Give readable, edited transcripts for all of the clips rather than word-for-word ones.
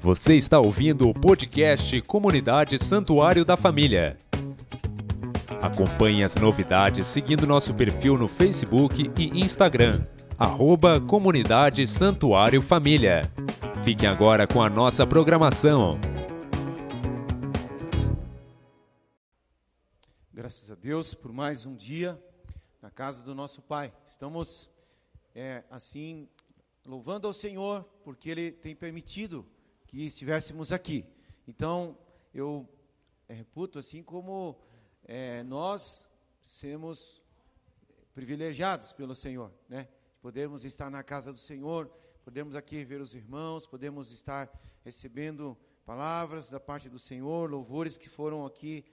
Você está ouvindo o podcast Comunidade Santuário da Família. Acompanhe as novidades seguindo nosso perfil no Facebook e Instagram, @Comunidade Santuário Família. Fiquem agora com a nossa programação. Graças a Deus por mais um dia na casa do nosso Pai. Estamos assim louvando ao Senhor porque Ele tem permitido que estivéssemos aqui. Então eu reputo assim como nós sermos privilegiados pelo Senhor, né? Podemos estar na casa do Senhor, podemos aqui ver os irmãos, podemos estar recebendo palavras da parte do Senhor, louvores que foram aqui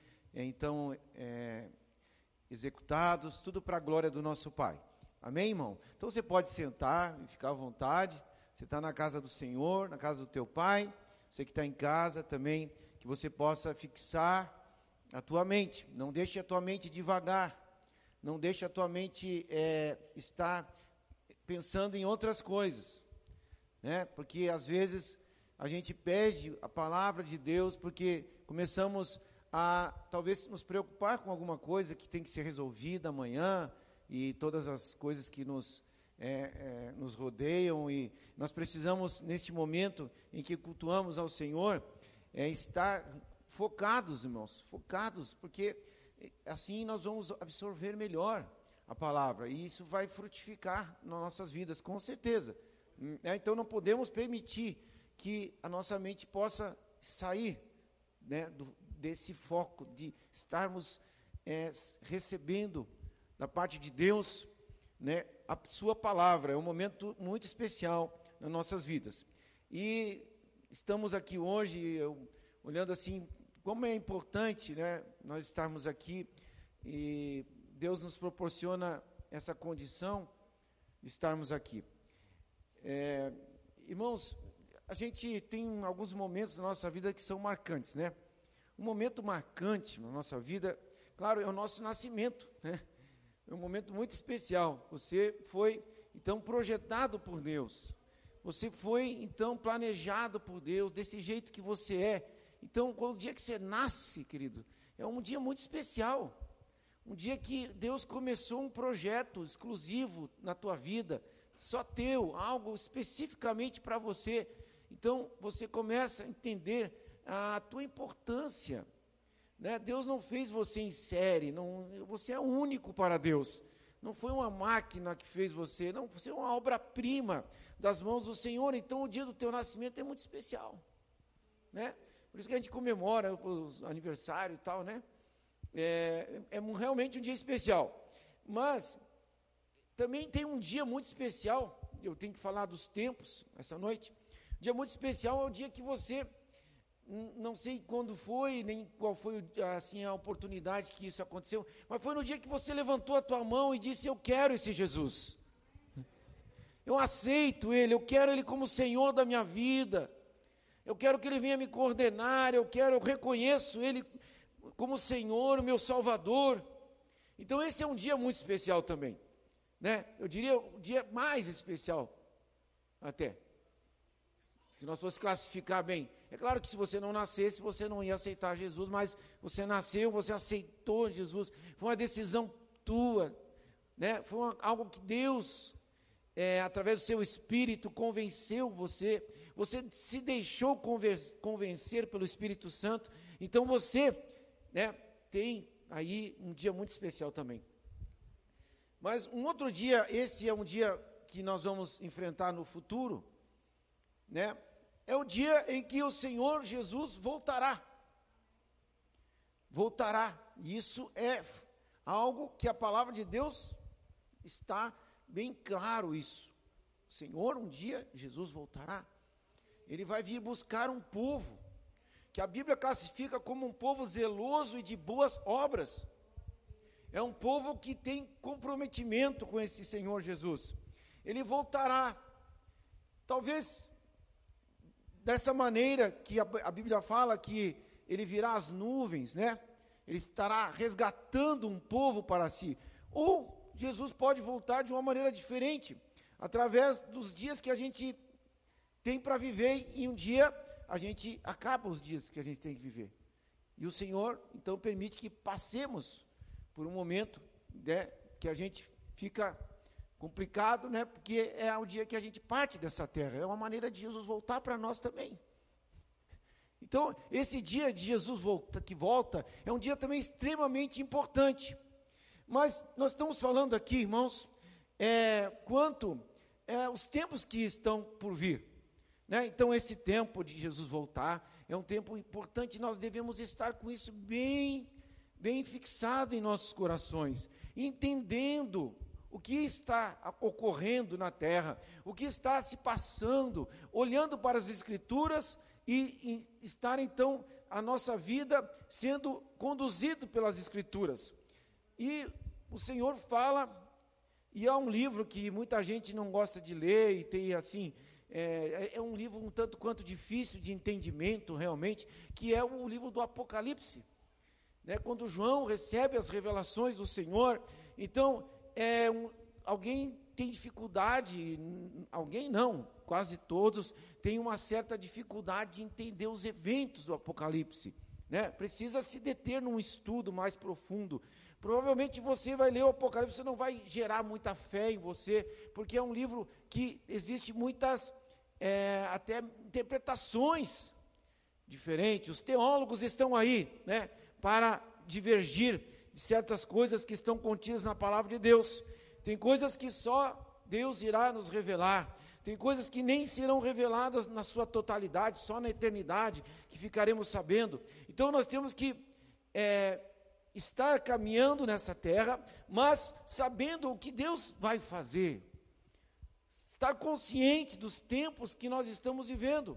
executados, tudo para a glória do nosso Pai. Amém, irmão? Então você pode sentar e ficar à vontade. Você está na casa do Senhor, na casa do teu Pai. Você que está em casa também, que você possa fixar a tua mente. Não deixe a tua mente divagar. Não deixe a tua mente estar pensando em outras coisas, né? Porque às vezes a gente perde a palavra de Deus porque começamos a talvez nos preocupar com alguma coisa que tem que ser resolvida amanhã e todas as coisas que nos rodeiam, e nós precisamos, neste momento em que cultuamos ao Senhor, estar focados, irmãos, focados, porque assim nós vamos absorver melhor a palavra, e isso vai frutificar nas nossas vidas, com certeza. Então não podemos permitir que a nossa mente possa sair, né, desse foco de estarmos recebendo da parte de Deus, né, a sua palavra. É um momento muito especial nas nossas vidas. E estamos aqui hoje, olhando assim, como é importante, né, nós estarmos aqui, e Deus nos proporciona essa condição de estarmos aqui. Irmãos, a gente tem alguns momentos na nossa vida que são marcantes, né? Um momento marcante na nossa vida, claro, é o nosso nascimento, né? É um momento muito especial. Você foi, então, projetado por Deus. Você foi, então, planejado por Deus, desse jeito que você é. Então, o dia que você nasce, querido, é um dia muito especial. Um dia que Deus começou um projeto exclusivo na tua vida, só teu, algo especificamente para você. Então, você começa a entender a tua importância, né? Deus não fez você em série, você é único para Deus. Não foi uma máquina que fez você, não, você é uma obra-prima das mãos do Senhor. Então o dia do teu nascimento é muito especial, né? Por isso que a gente comemora os aniversários e tal, né? É realmente um dia especial. Mas também tem um dia muito especial, eu tenho que falar dos tempos essa noite. Um dia muito especial é o dia que você, não sei quando foi, nem qual foi assim, a oportunidade que isso aconteceu, mas foi no dia que você levantou a tua mão e disse: eu quero esse Jesus, eu aceito Ele, eu quero Ele como Senhor da minha vida, eu quero que Ele venha me coordenar, eu reconheço Ele como Senhor, o meu Salvador. Então esse é um dia muito especial também, né? Eu diria o dia mais especial até, se nós fosse classificar bem. É claro que se você não nascesse, você não ia aceitar Jesus, mas você nasceu, você aceitou Jesus, foi uma decisão tua, né? Foi algo que Deus, através do seu Espírito, convenceu você se deixou convencer pelo Espírito Santo. Então você, né, tem aí um dia muito especial também. Mas um outro dia, esse é um dia que nós vamos enfrentar no futuro, né? É o dia em que o Senhor Jesus voltará. Voltará. Isso é algo que a palavra de Deus está bem claro isso. O Senhor, um dia, Jesus voltará. Ele vai vir buscar um povo que a Bíblia classifica como um povo zeloso e de boas obras. É um povo que tem comprometimento com esse Senhor Jesus. Ele voltará. Talvez dessa maneira que a Bíblia fala que ele virá às nuvens, né? Ele estará resgatando um povo para si. Ou Jesus pode voltar de uma maneira diferente, através dos dias que a gente tem para viver, e um dia a gente acaba os dias que a gente tem que viver. E o Senhor, então, permite que passemos por um momento, né, que a gente fica complicado, né, porque é o dia que a gente parte dessa terra. É uma maneira de Jesus voltar para nós também. Então, esse dia de Jesus que volta, é um dia também extremamente importante. Mas nós estamos falando aqui, irmãos, quanto os tempos que estão por vir, né? Então, esse tempo de Jesus voltar é um tempo importante, nós devemos estar com isso bem fixado em nossos corações, entendendo o que está ocorrendo na terra, o que está se passando, olhando para as Escrituras e estar, então, a nossa vida sendo conduzido pelas Escrituras. E o Senhor fala, e há um livro que muita gente não gosta de ler, e tem assim, é um livro um tanto quanto difícil de entendimento realmente, que é o livro do Apocalipse, né? Quando João recebe as revelações do Senhor, então, alguém tem dificuldade, alguém não, quase todos têm uma certa dificuldade de entender os eventos do Apocalipse, né? Precisa se deter num estudo mais profundo. Provavelmente você vai ler o Apocalipse, você não vai gerar muita fé em você, porque é um livro que existe muitas, até interpretações diferentes. Os teólogos estão aí, né, para divergir de certas coisas que estão contidas na palavra de Deus. Tem coisas que só Deus irá nos revelar. Tem coisas que nem serão reveladas na sua totalidade, só na eternidade, que ficaremos sabendo. Então nós temos que estar caminhando nessa terra, mas sabendo o que Deus vai fazer. Estar consciente dos tempos que nós estamos vivendo.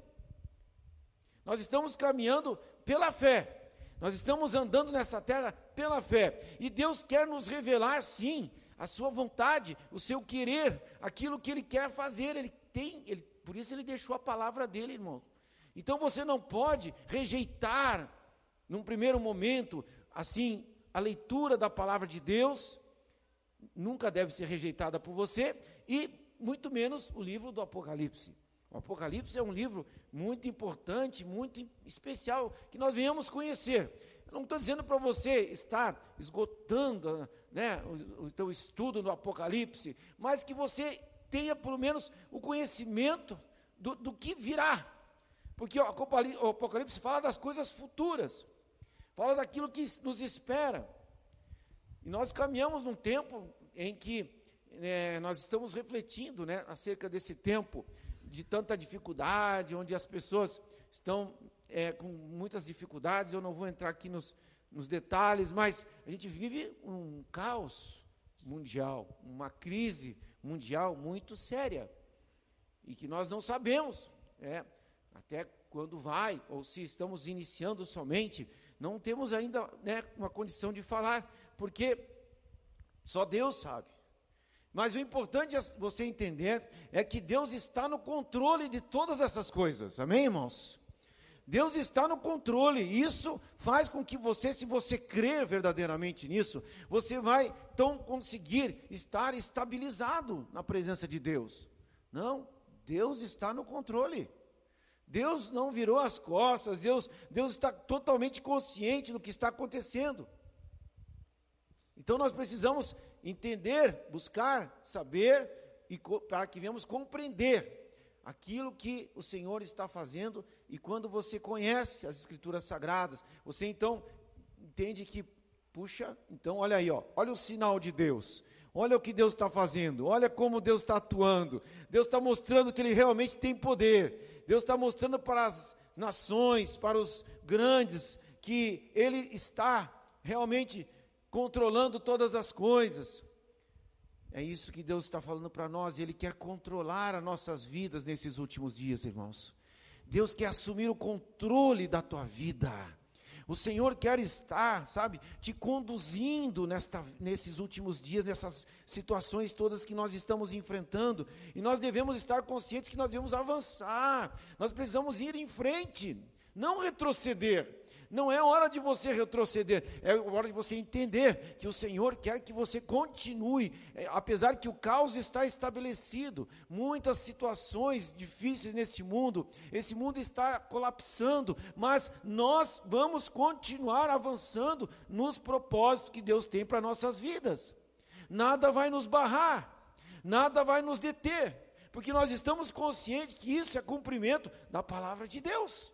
Nós estamos caminhando pela fé. Nós estamos andando nessa terra pela fé. E Deus quer nos revelar, sim, a sua vontade, o seu querer, aquilo que Ele quer fazer. Por isso Ele deixou a palavra dEle, irmão. Então você não pode rejeitar, num primeiro momento, assim, a leitura da palavra de Deus, nunca deve ser rejeitada por você, e muito menos o livro do Apocalipse. O Apocalipse é um livro muito importante, muito especial, que nós venhamos conhecer. Eu não estou dizendo para você estar esgotando, né, o teu estudo no Apocalipse, mas que você tenha pelo menos o conhecimento do que virá. Porque o Apocalipse fala das coisas futuras, fala daquilo que nos espera. E nós caminhamos num tempo em que nós estamos refletindo, né, acerca desse tempo de tanta dificuldade, onde as pessoas estão com muitas dificuldades. Eu não vou entrar aqui nos detalhes, mas a gente vive um caos mundial, uma crise mundial muito séria, e que nós não sabemos até quando vai, ou se estamos iniciando somente, não temos ainda, né, uma condição de falar, porque só Deus sabe. Mas o importante é você entender é que Deus está no controle de todas essas coisas, amém, irmãos? Deus está no controle, isso faz com que você, se você crer verdadeiramente nisso, você vai então conseguir estar estabilizado na presença de Deus. Não, Deus está no controle. Deus não virou as costas, Deus está totalmente consciente do que está acontecendo. Então nós precisamos entender, buscar, saber, para que venhamos compreender aquilo que o Senhor está fazendo. E quando você conhece as Escrituras Sagradas, você então entende que, puxa, então olha aí, olha o sinal de Deus, olha o que Deus está fazendo, olha como Deus está atuando, Deus está mostrando que Ele realmente tem poder, Deus está mostrando para as nações, para os grandes, que Ele está realmente controlando todas as coisas. É isso que Deus está falando para nós, e Ele quer controlar as nossas vidas nesses últimos dias, irmãos. Deus quer assumir o controle da tua vida. O Senhor quer estar, sabe, te conduzindo nesses últimos dias, nessas situações todas que nós estamos enfrentando, e nós devemos estar conscientes que nós devemos avançar, nós precisamos ir em frente, não retroceder, Não é hora de você retroceder, é hora de você entender que o Senhor quer que você continue, apesar que o caos está estabelecido, muitas situações difíceis neste mundo, esse mundo está colapsando, mas nós vamos continuar avançando nos propósitos que Deus tem para nossas vidas. Nada vai nos barrar, nada vai nos deter, porque nós estamos conscientes que isso é cumprimento da palavra de Deus.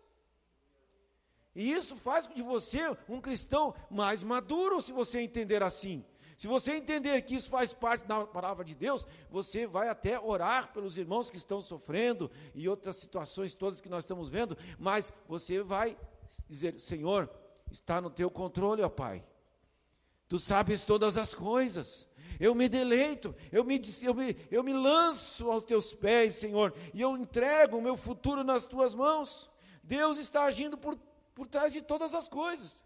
E isso faz de você um cristão mais maduro, se você entender assim. Se você entender que isso faz parte da palavra de Deus, você vai até orar pelos irmãos que estão sofrendo e outras situações todas que nós estamos vendo, mas você vai dizer: Senhor, está no teu controle, ó Pai. Tu sabes todas as coisas. Eu me deleito, eu me lanço aos teus pés, Senhor, e eu entrego o meu futuro nas tuas mãos. Deus está agindo por trás de todas as coisas.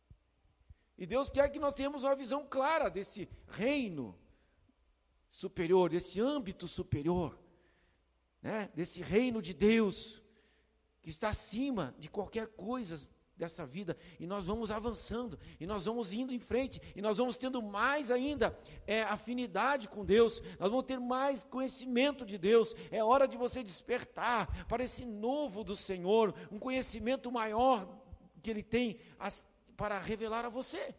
E Deus quer que nós tenhamos uma visão clara desse reino superior, desse âmbito superior, né? Desse reino de Deus, que está acima de qualquer coisa dessa vida, e nós vamos avançando, e nós vamos indo em frente, e nós vamos tendo mais ainda afinidade com Deus, nós vamos ter mais conhecimento de Deus. É hora de você despertar para esse novo do Senhor, um conhecimento maior que Ele tem para revelar a você.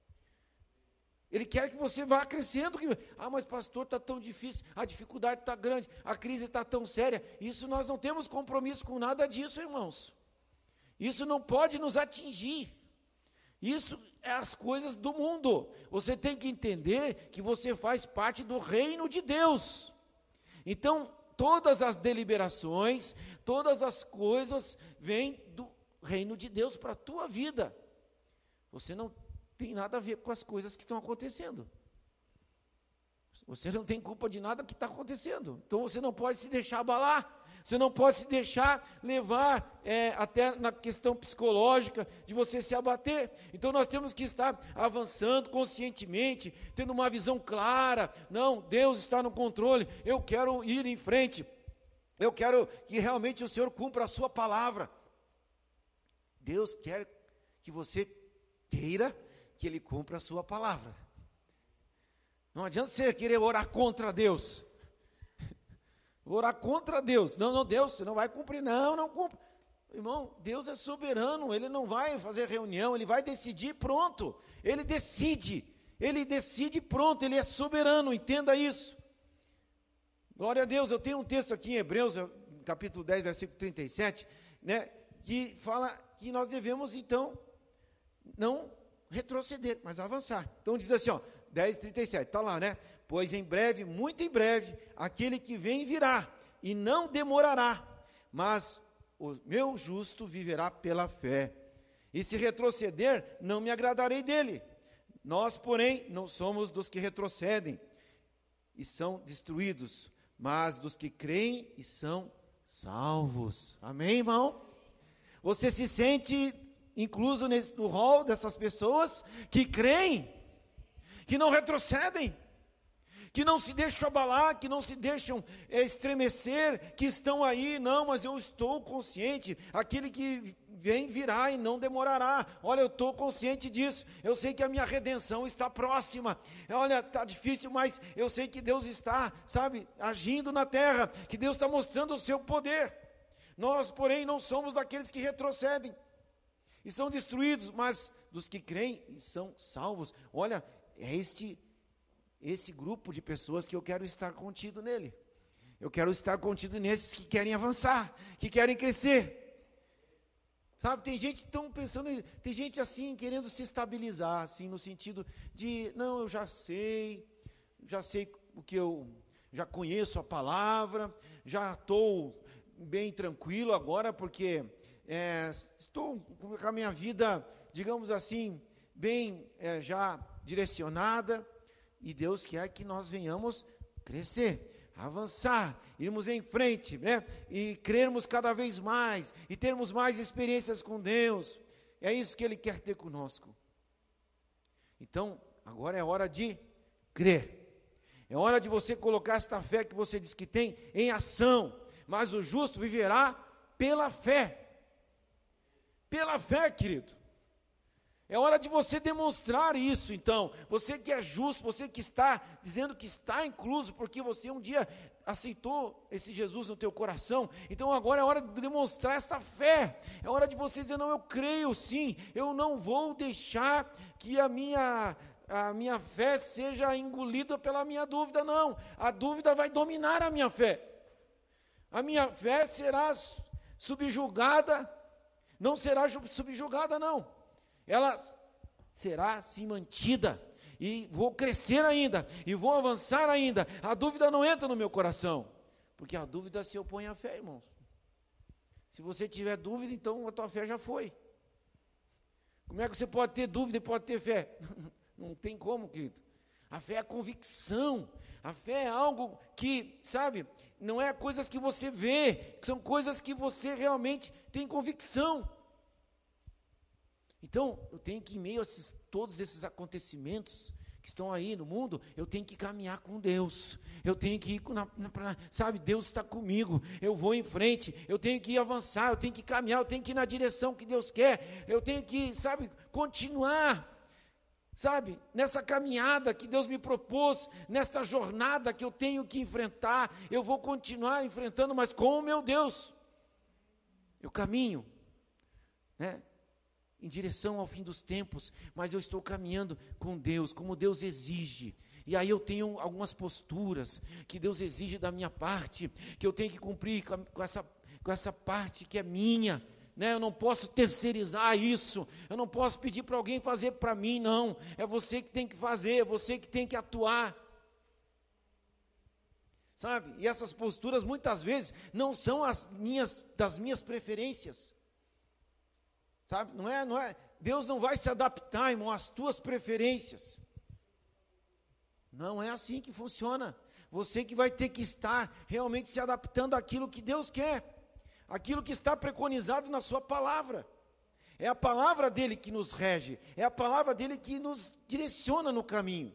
Ele quer que você vá crescendo. Mas pastor, está tão difícil, a dificuldade está grande, a crise está tão séria. Isso nós não temos compromisso com nada disso, irmãos. Isso não pode nos atingir. Isso é as coisas do mundo. Você tem que entender que você faz parte do reino de Deus. Então, todas as deliberações, todas as coisas vêm do reino de Deus para a tua vida. Você não tem nada a ver com as coisas que estão acontecendo. Você não tem culpa de nada que está acontecendo. Então você não pode se deixar abalar. Você não pode se deixar levar até na questão psicológica de você se abater. Então nós temos que estar avançando conscientemente, tendo uma visão clara. Não, Deus está no controle, eu quero ir em frente. Eu quero que realmente o Senhor cumpra a sua palavra. Deus quer que você queira que Ele cumpra a sua palavra. Não adianta você querer orar contra Deus. Orar contra Deus. Não, Deus, você não vai cumprir. Não cumpre. Irmão, Deus é soberano, Ele não vai fazer reunião, Ele vai decidir, pronto. Ele decide pronto, Ele é soberano, entenda isso. Glória a Deus. Eu tenho um texto aqui em Hebreus, capítulo 10, versículo 37, né, que fala que nós devemos, então, não retroceder, mas avançar. Então diz assim, 10:37, está lá, né? Pois em breve, muito em breve, aquele que vem virá, e não demorará, mas o meu justo viverá pela fé. E se retroceder, não me agradarei dele. Nós, porém, não somos dos que retrocedem e são destruídos, mas dos que creem e são salvos. Amém, irmão? Você se sente incluso no rol dessas pessoas que creem, que não retrocedem, que não se deixam abalar, que não se deixam estremecer, que estão aí, não, mas eu estou consciente, aquele que vem virá e não demorará. Olha, eu estou consciente disso, eu sei que a minha redenção está próxima. Olha, está difícil, mas eu sei que Deus está, agindo na terra, que Deus está mostrando o seu poder. Nós, porém, não somos daqueles que retrocedem e são destruídos, mas dos que creem e são salvos. Olha, é esse grupo de pessoas que eu quero estar contido nele. Eu quero estar contido nesses que querem avançar, que querem crescer. Tem gente tão pensando, tem gente assim, querendo se estabilizar, assim, no sentido de, não, eu já sei o que eu já conheço a palavra, já estou bem tranquilo agora, porque estou com a minha vida, digamos assim, bem já direcionada, e Deus quer que nós venhamos crescer, avançar, irmos em frente, né? E crermos cada vez mais, e termos mais experiências com Deus. É isso que Ele quer ter conosco. Então, agora é hora de crer. É hora de você colocar esta fé que você diz que tem em ação. Mas o justo viverá pela fé. Pela fé, querido. É hora de você demonstrar isso, então. Você que é justo, você que está dizendo que está incluso, porque você um dia aceitou esse Jesus no teu coração. Então agora é hora de demonstrar essa fé. É hora de você dizer, não, eu creio sim. Eu não vou deixar que a minha fé seja engolida pela minha dúvida, não. A dúvida vai dominar a minha fé. A minha fé será subjugada, não será subjugada, não. Ela será sim mantida, e vou crescer ainda, e vou avançar ainda. A dúvida não entra no meu coração, porque a dúvida se opõe à fé, irmãos. Se você tiver dúvida, então a tua fé já foi. Como é que você pode ter dúvida e pode ter fé? Não tem como, querido. A fé é convicção. A fé é algo que, sabe, não é coisas que você vê, são coisas que você realmente tem convicção. Então, eu tenho que, em meio a todos esses acontecimentos que estão aí no mundo, eu tenho que caminhar com Deus. Eu tenho que ir, sabe, Deus está comigo. Eu vou em frente, eu tenho que avançar, eu tenho que caminhar, eu tenho que ir na direção que Deus quer. Eu tenho que, sabe, continuar, sabe, nessa caminhada que Deus me propôs, nessa jornada que eu tenho que enfrentar. Eu vou continuar enfrentando, mas com o meu Deus. Eu caminho, né, em direção ao fim dos tempos, mas eu estou caminhando com Deus, como Deus exige. E aí eu tenho algumas posturas que Deus exige da minha parte, que eu tenho que cumprir com essa parte que é minha, né? Eu não posso terceirizar isso, eu não posso pedir para alguém fazer para mim, não. É você que tem que fazer, é você que tem que atuar. Sabe? E essas posturas muitas vezes não são das minhas preferências. Sabe? Não é, Deus não vai se adaptar, irmão, às tuas preferências. Não é assim que funciona. Você que vai ter que estar realmente se adaptando àquilo que Deus quer, aquilo que está preconizado na sua palavra. É a palavra dele que nos rege, é a palavra dele que nos direciona no caminho.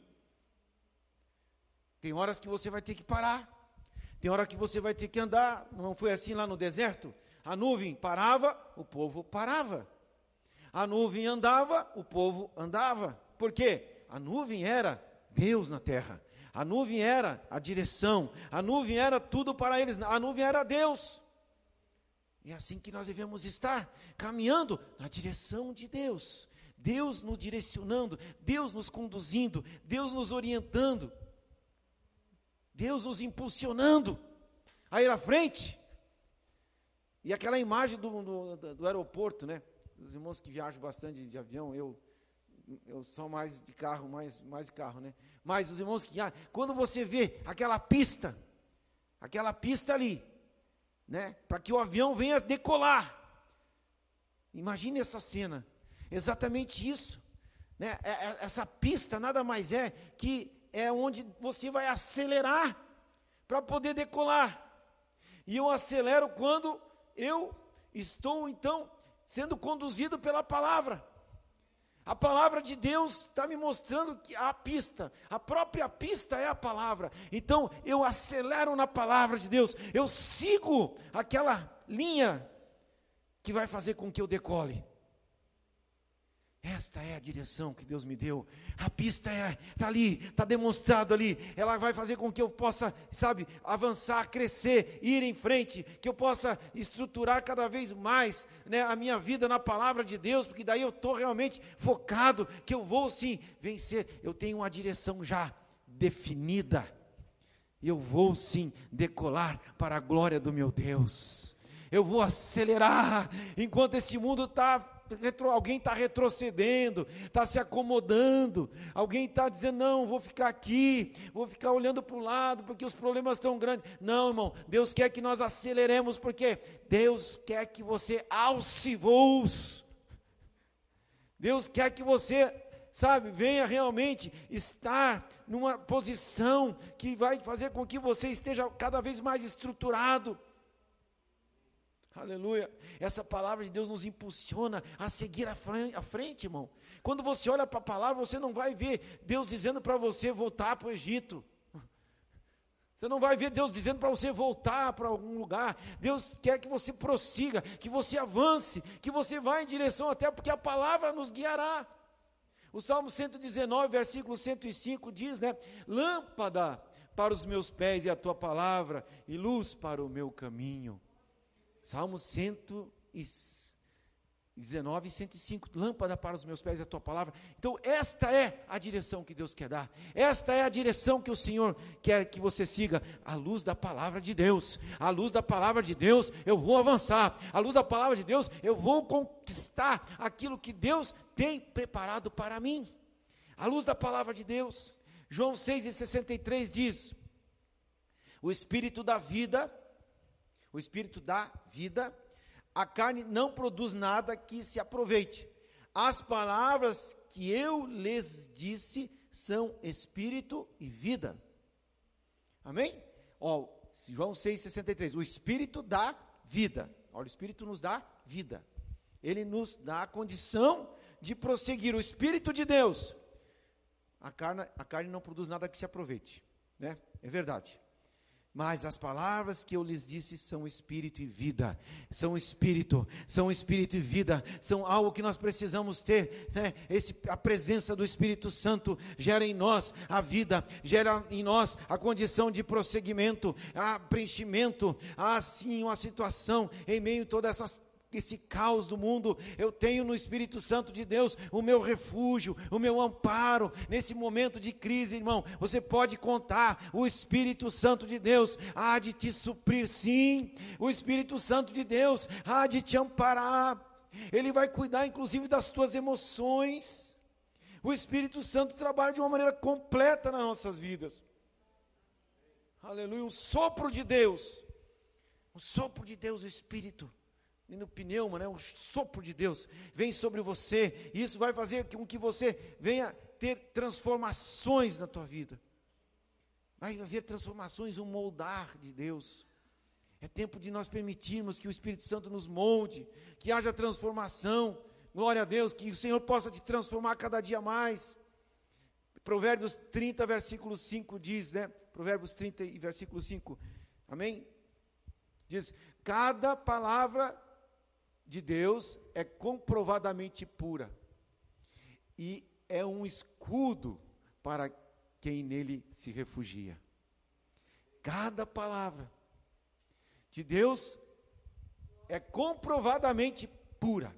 Tem horas que você vai ter que parar, tem hora que você vai ter que andar. Não foi assim lá no deserto? A nuvem parava, o povo parava. A nuvem andava, o povo andava. Por quê? A nuvem era Deus na terra. A nuvem era a direção. A nuvem era tudo para eles. A nuvem era Deus. E é assim que nós devemos estar, caminhando na direção de Deus. Deus nos direcionando, Deus nos conduzindo, Deus nos orientando, Deus nos impulsionando a ir à frente. E aquela imagem do aeroporto, né? Os irmãos que viajam bastante de avião, eu sou mais de carro, mais de carro, né? Mas os irmãos que viajam, quando você vê aquela pista ali, né? Para que o avião venha decolar. Imagine essa cena, exatamente isso, né? Essa pista nada mais é que é onde você vai acelerar para poder decolar. E eu acelero quando eu estou, então, sendo conduzido pela palavra. A palavra de Deus está me mostrando que a própria pista é a palavra. Então, eu acelero na palavra de Deus, eu sigo aquela linha que vai fazer com que eu decole. Esta é a direção que Deus me deu. A pista está ali, está demonstrado ali. Ela vai fazer com que eu possa, sabe, avançar, crescer, ir em frente. Que eu possa estruturar cada vez mais, né, a minha vida na palavra de Deus. Porque daí eu estou realmente focado, que eu vou sim vencer. Eu tenho uma direção já definida. Eu vou sim decolar para a glória do meu Deus. Eu vou acelerar enquanto esse mundo está... Alguém está retrocedendo, está se acomodando, alguém está dizendo, não, vou ficar aqui, vou ficar olhando para o lado, porque os problemas estão grandes. Não, irmão, Deus quer que nós aceleremos, porque Deus quer que você alce voos. Deus quer que você, sabe, venha realmente estar numa posição que vai fazer com que você esteja cada vez mais estruturado. Aleluia, essa palavra de Deus nos impulsiona a seguir à frente, irmão. Quando você olha para a palavra, você não vai ver Deus dizendo para você voltar para o Egito. Você não vai ver Deus dizendo para você voltar para algum lugar. Deus quer que você prossiga, que você avance, que você vá em direção até, porque a palavra nos guiará. O Salmo 119, versículo 105 diz, né? Lâmpada para os meus pés é a tua palavra e luz para o meu caminho. Salmo 119, 105, lâmpada para os meus pés é a tua palavra. Então esta é a direção que Deus quer dar, esta é a direção que o Senhor quer que você siga, a luz da palavra de Deus. A luz da palavra de Deus eu vou avançar, a luz da palavra de Deus eu vou conquistar aquilo que Deus tem preparado para mim, a luz da palavra de Deus. João 6,63 diz, o Espírito da vida, a carne não produz nada que se aproveite. As palavras que eu lhes disse são Espírito e vida. Amém? Ó, João 6,63, o Espírito dá vida. Olha, o Espírito nos dá vida. Ele nos dá a condição de prosseguir. O Espírito de Deus, a carne não produz nada que se aproveite, né? É verdade. Mas as palavras que eu lhes disse são espírito e vida, são espírito e vida, são algo que nós precisamos ter, né? A presença do Espírito Santo gera em nós a vida, gera em nós a condição de prosseguimento, a preenchimento, assim uma situação, em meio a todas esse caos do mundo, eu tenho no Espírito Santo de Deus o meu refúgio, o meu amparo. Nesse momento de crise, irmão, você pode contar, o Espírito Santo de Deus há de te suprir, sim. O Espírito Santo de Deus há de te amparar, ele vai cuidar inclusive das tuas emoções. O Espírito Santo trabalha de uma maneira completa nas nossas vidas. Aleluia, um sopro de Deus, o Espírito, e no pneuma, né, o sopro de Deus vem sobre você, e isso vai fazer com que você venha ter transformações na tua vida, vai haver transformações, um moldar de Deus. É tempo de nós permitirmos que o Espírito Santo nos molde, que haja transformação. Glória a Deus, que o Senhor possa te transformar cada dia mais. Provérbios 30, versículo 5 diz, né, Provérbios 30 e versículo 5, amém? Diz, cada palavra de Deus é comprovadamente pura, e é um escudo para quem nele se refugia. Cada palavra de Deus é comprovadamente pura,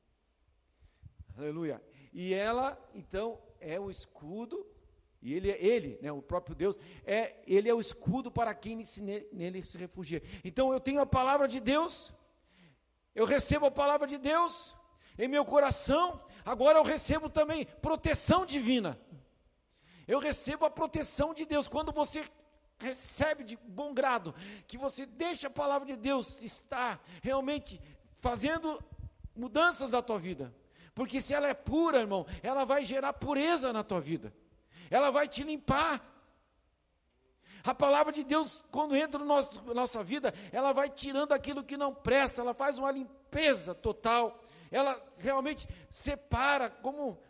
aleluia, e ela, então, é o escudo, e ele, né, o próprio Deus, ele é o escudo para quem nele se refugia. Então eu tenho a palavra de Deus, eu recebo a palavra de Deus em meu coração, agora eu recebo também proteção divina, eu recebo a proteção de Deus. Quando você recebe de bom grado, que você deixa a palavra de Deus estar realmente fazendo mudanças na tua vida, porque se ela é pura, irmão, ela vai gerar pureza na tua vida, ela vai te limpar. A palavra de Deus, quando entra na nossa vida, ela vai tirando aquilo que não presta, ela faz uma limpeza total, ela realmente separa, como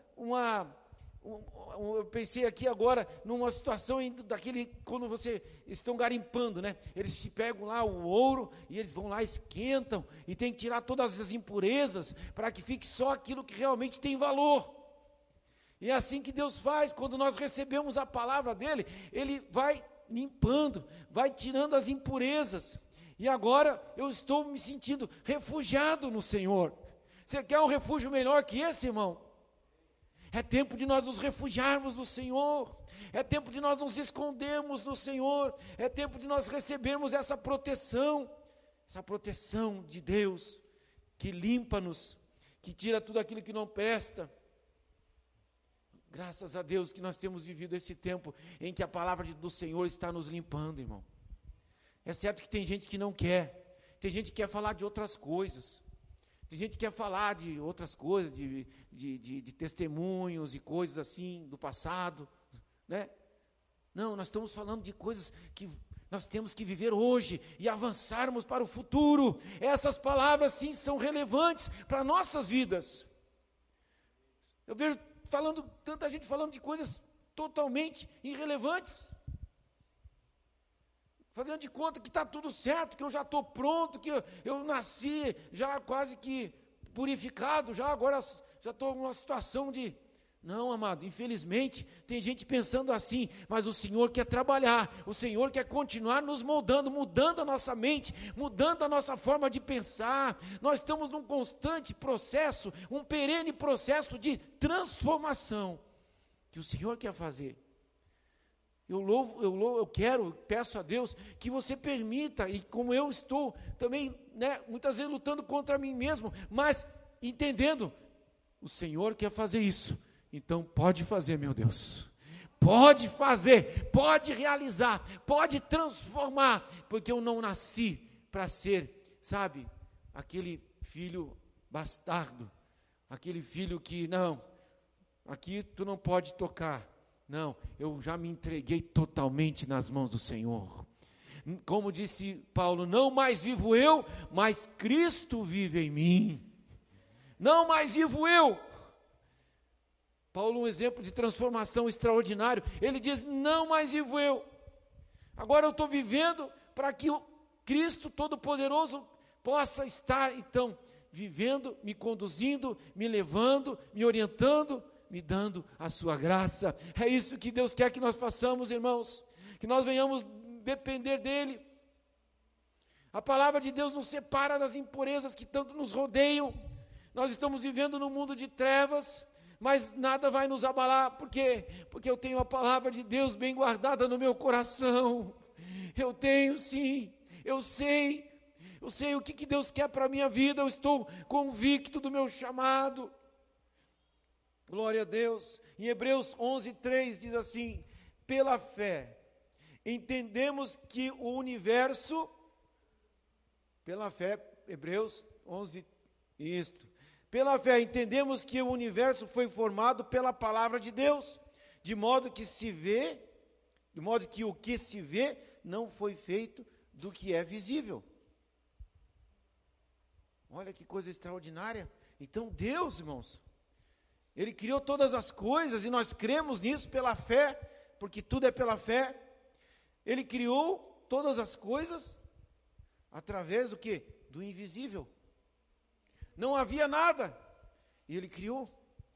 eu pensei aqui agora, numa situação quando você estão garimpando, né? Eles te pegam lá o ouro, e eles vão lá, esquentam, e tem que tirar todas as impurezas, para que fique só aquilo que realmente tem valor. E é assim que Deus faz, quando nós recebemos a palavra dele, ele vai limpando, vai tirando as impurezas, e agora eu estou me sentindo refugiado no Senhor. Você quer um refúgio melhor que esse, irmão? É tempo de nós nos refugiarmos no Senhor, é tempo de nós nos escondermos no Senhor, é tempo de nós recebermos essa proteção de Deus, que limpa-nos, que tira tudo aquilo que não presta. Graças a Deus que nós temos vivido esse tempo em que a palavra do Senhor está nos limpando, irmão. É certo que tem gente que não quer, tem gente que quer falar de outras coisas, tem gente que quer falar de outras coisas, de testemunhos e coisas assim do passado, né? Não, nós estamos falando de coisas que nós temos que viver hoje e avançarmos para o futuro. Essas palavras sim são relevantes para nossas vidas. Eu vejo tanta gente falando de coisas totalmente irrelevantes, fazendo de conta que está tudo certo, que eu já estou pronto, que eu nasci já quase que purificado, agora já estou numa situação de Não, amado, infelizmente, tem gente pensando assim, mas o Senhor quer trabalhar, o Senhor quer continuar nos moldando, mudando a nossa mente, mudando a nossa forma de pensar. Nós estamos num constante processo, um perene processo de transformação, que o Senhor quer fazer. Eu quero, peço a Deus, que você permita, e como eu estou também, muitas vezes lutando contra mim mesmo, mas entendendo, o Senhor quer fazer isso. Então pode fazer, meu Deus, pode fazer, pode realizar, pode transformar, porque eu não nasci para ser, sabe, aquele filho bastardo, aquele filho que, não, aqui tu não pode tocar, não, eu já me entreguei totalmente nas mãos do Senhor. Como disse Paulo, não mais vivo eu, mas Cristo vive em mim, não mais vivo eu. Paulo, um exemplo de transformação extraordinário, ele diz, não mais vivo eu, agora eu estou vivendo para que o Cristo Todo-Poderoso possa estar, então, vivendo, me conduzindo, me levando, me orientando, me dando a sua graça. É isso que Deus quer que nós façamos, irmãos, que nós venhamos depender dEle. A palavra de Deus nos separa das impurezas que tanto nos rodeiam. Nós estamos vivendo num mundo de trevas, mas nada vai nos abalar. Por quê? Porque eu tenho a palavra de Deus bem guardada no meu coração. Eu tenho, sim, eu sei o que Deus quer para a minha vida, eu estou convicto do meu chamado. Glória a Deus. Em Hebreus 11:3 diz assim, pela fé, entendemos que o universo, pela fé, Hebreus 11, pela fé entendemos que o universo foi formado pela palavra de Deus, de modo que o que se vê não foi feito do que é visível. Olha que coisa extraordinária. Então Deus, irmãos, Ele criou todas as coisas e nós cremos nisso pela fé, porque tudo é pela fé. Ele criou todas as coisas através do quê? Do invisível. Não havia nada, e Ele criou,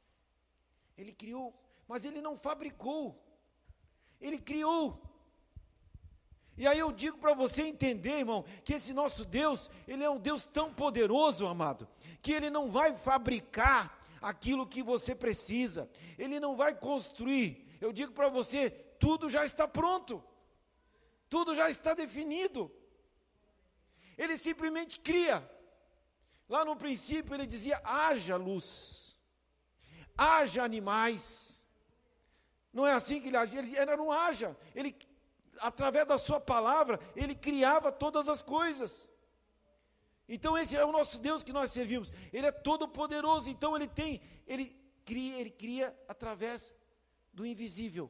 mas Ele não fabricou, Ele criou. E aí eu digo para você entender, irmão, que esse nosso Deus, Ele é um Deus tão poderoso, amado, que Ele não vai fabricar aquilo que você precisa, Ele não vai construir. Eu digo para você, tudo já está pronto, tudo já está definido, Ele simplesmente cria. Lá no princípio Ele dizia, haja luz, haja animais. Não é assim que Ele agia, Ele era um haja. Ele, através da sua palavra, Ele criava todas as coisas. Então esse é o nosso Deus que nós servimos. Ele é todo poderoso, então Ele cria através do invisível.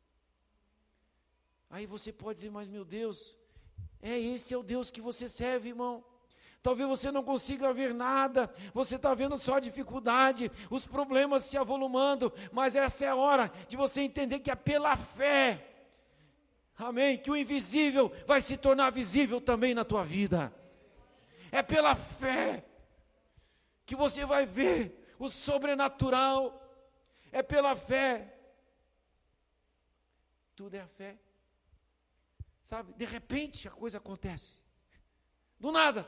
Aí você pode dizer, mas meu Deus, esse é o Deus que você serve, irmão. Talvez você não consiga ver nada, você está vendo só a dificuldade, os problemas se avolumando, mas essa é a hora de você entender que é pela fé, amém, que o invisível vai se tornar visível também na tua vida. É pela fé que você vai ver o sobrenatural, é pela fé, tudo é a fé, sabe, de repente a coisa acontece, do nada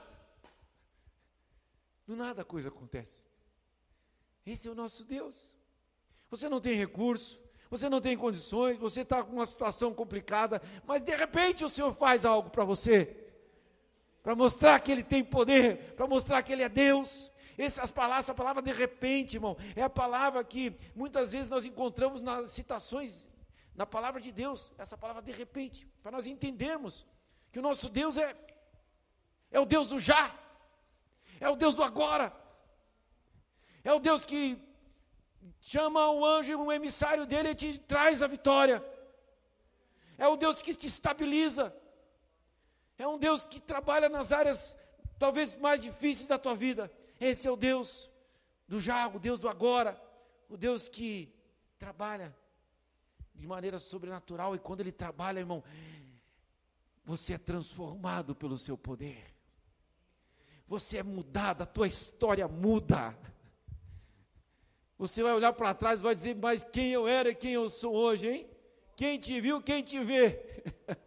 a coisa acontece. Esse é o nosso Deus. Você não tem recurso, você não tem condições, você está com uma situação complicada, mas de repente o Senhor faz algo para você, para mostrar que Ele tem poder, para mostrar que Ele é Deus. Essa palavra de repente, irmão, é a palavra que muitas vezes nós encontramos nas citações, na palavra de Deus, essa palavra de repente, para nós entendermos que o nosso Deus é o Deus do já, é o Deus do agora, é o Deus que chama um anjo, um emissário dele e te traz a vitória, é o Deus que te estabiliza, é um Deus que trabalha nas áreas talvez mais difíceis da tua vida. Esse é o Deus do já, o Deus do agora, o Deus que trabalha de maneira sobrenatural, e quando Ele trabalha, irmão, você é transformado pelo seu poder. Você é mudado, a tua história muda. Você vai olhar para trás e vai dizer, mas quem eu era e quem eu sou hoje, hein? Quem te viu, quem te vê.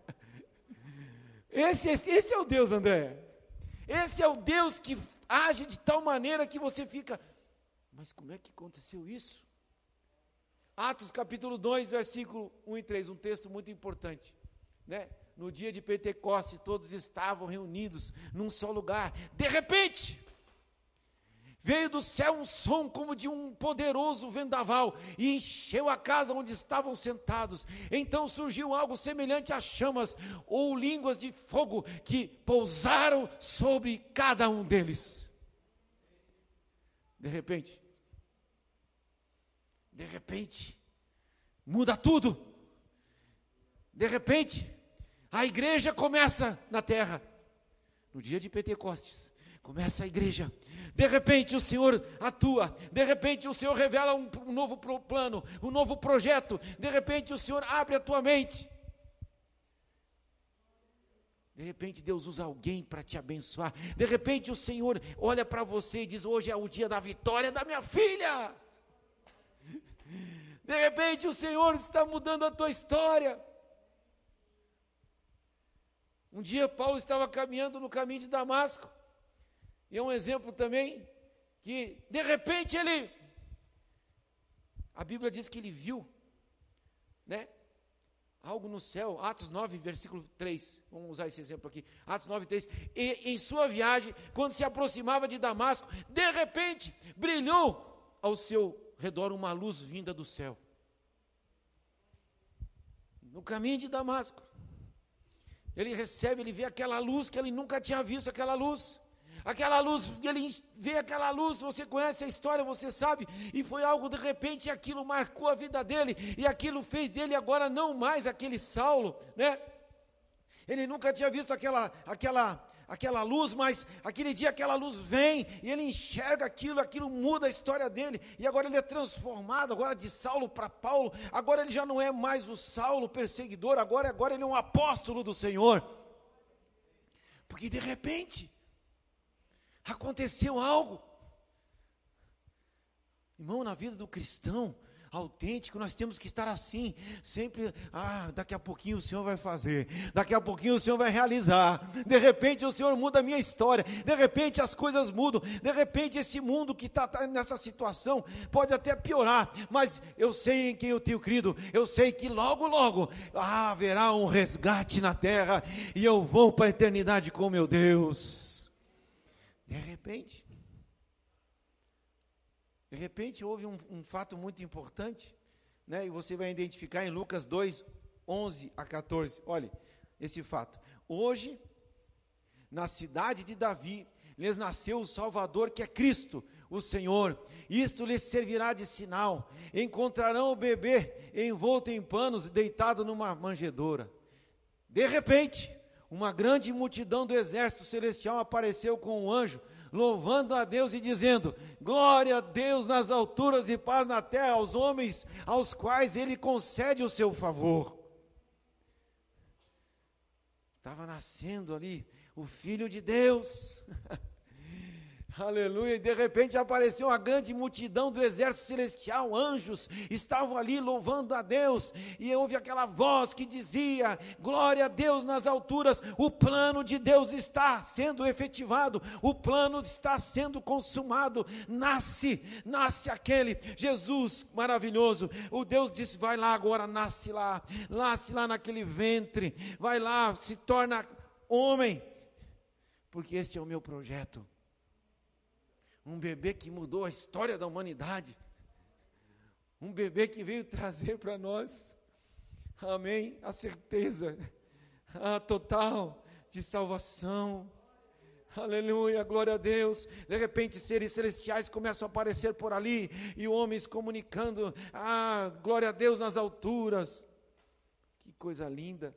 Esse é o Deus, André. Esse é o Deus que age de tal maneira que você fica, mas como é que aconteceu isso? Atos capítulo 2, versículo 1 e 3, um texto muito importante, né? No dia de Pentecostes, todos estavam reunidos num só lugar. De repente, veio do céu um som como de um poderoso vendaval e encheu a casa onde estavam sentados. Então surgiu algo semelhante a chamas ou línguas de fogo que pousaram sobre cada um deles. De repente, muda tudo. De repente, a igreja começa na terra. No dia de Pentecostes, começa a igreja. De repente o Senhor atua, de repente o Senhor revela um novo plano, um novo projeto, de repente o Senhor abre a tua mente. De repente Deus usa alguém para te abençoar. De repente o Senhor olha para você e diz, hoje é o dia da vitória da minha filha. De repente o Senhor está mudando a tua história. Um dia Paulo estava caminhando no caminho de Damasco. E é um exemplo também, que de repente a Bíblia diz que ele viu, né, algo no céu, Atos 9, versículo 3, vamos usar esse exemplo aqui, Atos 9, 3, e em sua viagem, quando se aproximava de Damasco, de repente, brilhou ao seu redor uma luz vinda do céu, no caminho de Damasco, ele vê aquela luz que ele nunca tinha visto, aquela luz, ele vê aquela luz, você conhece a história, você sabe, e foi algo de repente, e aquilo marcou a vida dele, e aquilo fez dele agora não mais aquele Saulo, né? Ele nunca tinha visto aquela luz, mas aquele dia aquela luz vem, e ele enxerga aquilo muda a história dele, e agora ele é transformado, agora de Saulo para Paulo, agora ele já não é mais o Saulo perseguidor, agora ele é um apóstolo do Senhor, porque de repente, aconteceu algo, irmão, na vida do cristão autêntico, nós temos que estar assim, sempre, daqui a pouquinho o Senhor vai fazer, daqui a pouquinho o Senhor vai realizar, de repente o Senhor muda a minha história, de repente as coisas mudam, de repente esse mundo que está nessa situação, pode até piorar, mas eu sei em quem eu tenho crido, eu sei que logo, haverá um resgate na terra, e eu vou para a eternidade com meu Deus. De repente houve um fato muito importante, né? E você vai identificar em Lucas 2, 11 a 14, olha, esse fato, hoje, na cidade de Davi, lhes nasceu o Salvador, que é Cristo, o Senhor, isto lhes servirá de sinal, encontrarão o bebê envolto em panos, deitado numa manjedoura. De repente, uma grande multidão do exército celestial apareceu com um anjo, louvando a Deus e dizendo, glória a Deus nas alturas e paz na terra aos homens, aos quais Ele concede o seu favor. Estava nascendo ali o Filho de Deus, aleluia, e de repente apareceu uma grande multidão do exército celestial, anjos, estavam ali louvando a Deus, e houve aquela voz que dizia, glória a Deus nas alturas, o plano de Deus está sendo efetivado, o plano está sendo consumado, nasce aquele Jesus maravilhoso, o Deus disse, vai lá agora, nasce lá naquele ventre, vai lá, se torna homem, porque este é o meu projeto. Um bebê que mudou a história da humanidade. Um bebê que veio trazer para nós, amém, a certeza total de salvação. Aleluia, glória a Deus. De repente seres celestiais começam a aparecer por ali, e homens comunicando, glória a Deus nas alturas. Que coisa linda.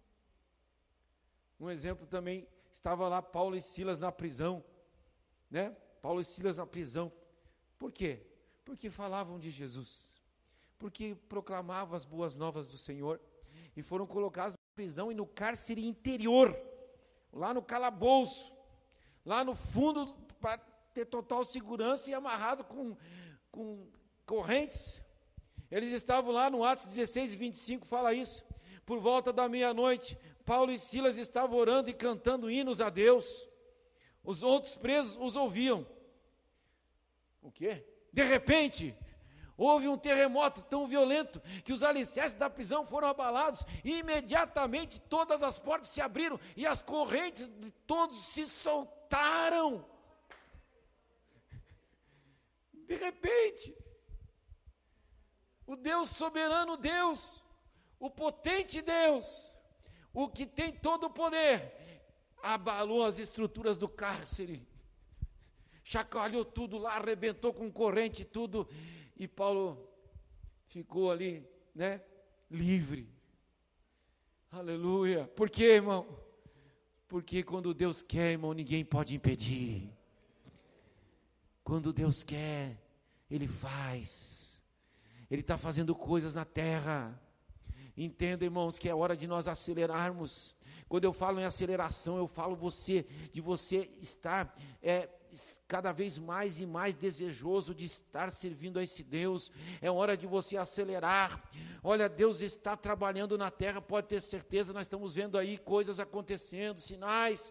Um exemplo também, estava lá Paulo e Silas na prisão, né? Paulo e Silas na prisão, por quê? Porque falavam de Jesus, porque proclamavam as boas novas do Senhor, e foram colocados na prisão e no cárcere interior, lá no calabouço, lá no fundo, para ter total segurança, e amarrado com correntes. Eles estavam lá no Atos 16, 25, fala isso. Por volta da meia-noite, Paulo e Silas estavam orando e cantando hinos a Deus. Os outros presos os ouviam. O quê? De repente, houve um terremoto tão violento que os alicerces da prisão foram abalados e imediatamente todas as portas se abriram e as correntes de todos se soltaram. De repente, o Deus soberano, Deus, o potente Deus, o que tem todo o poder, abalou as estruturas do cárcere, chacoalhou tudo lá, arrebentou com corrente tudo, e Paulo ficou ali, livre. Aleluia. Por quê, irmão? Porque quando Deus quer, irmão, ninguém pode impedir. Quando Deus quer, Ele faz. Ele está fazendo coisas na terra. Entenda, irmãos, que é hora de nós acelerarmos. Quando eu falo em aceleração, eu falo de você estar cada vez mais e mais desejoso de estar servindo a esse Deus. É hora de você acelerar. Olha, Deus está trabalhando na terra, pode ter certeza, nós estamos vendo aí coisas acontecendo, sinais.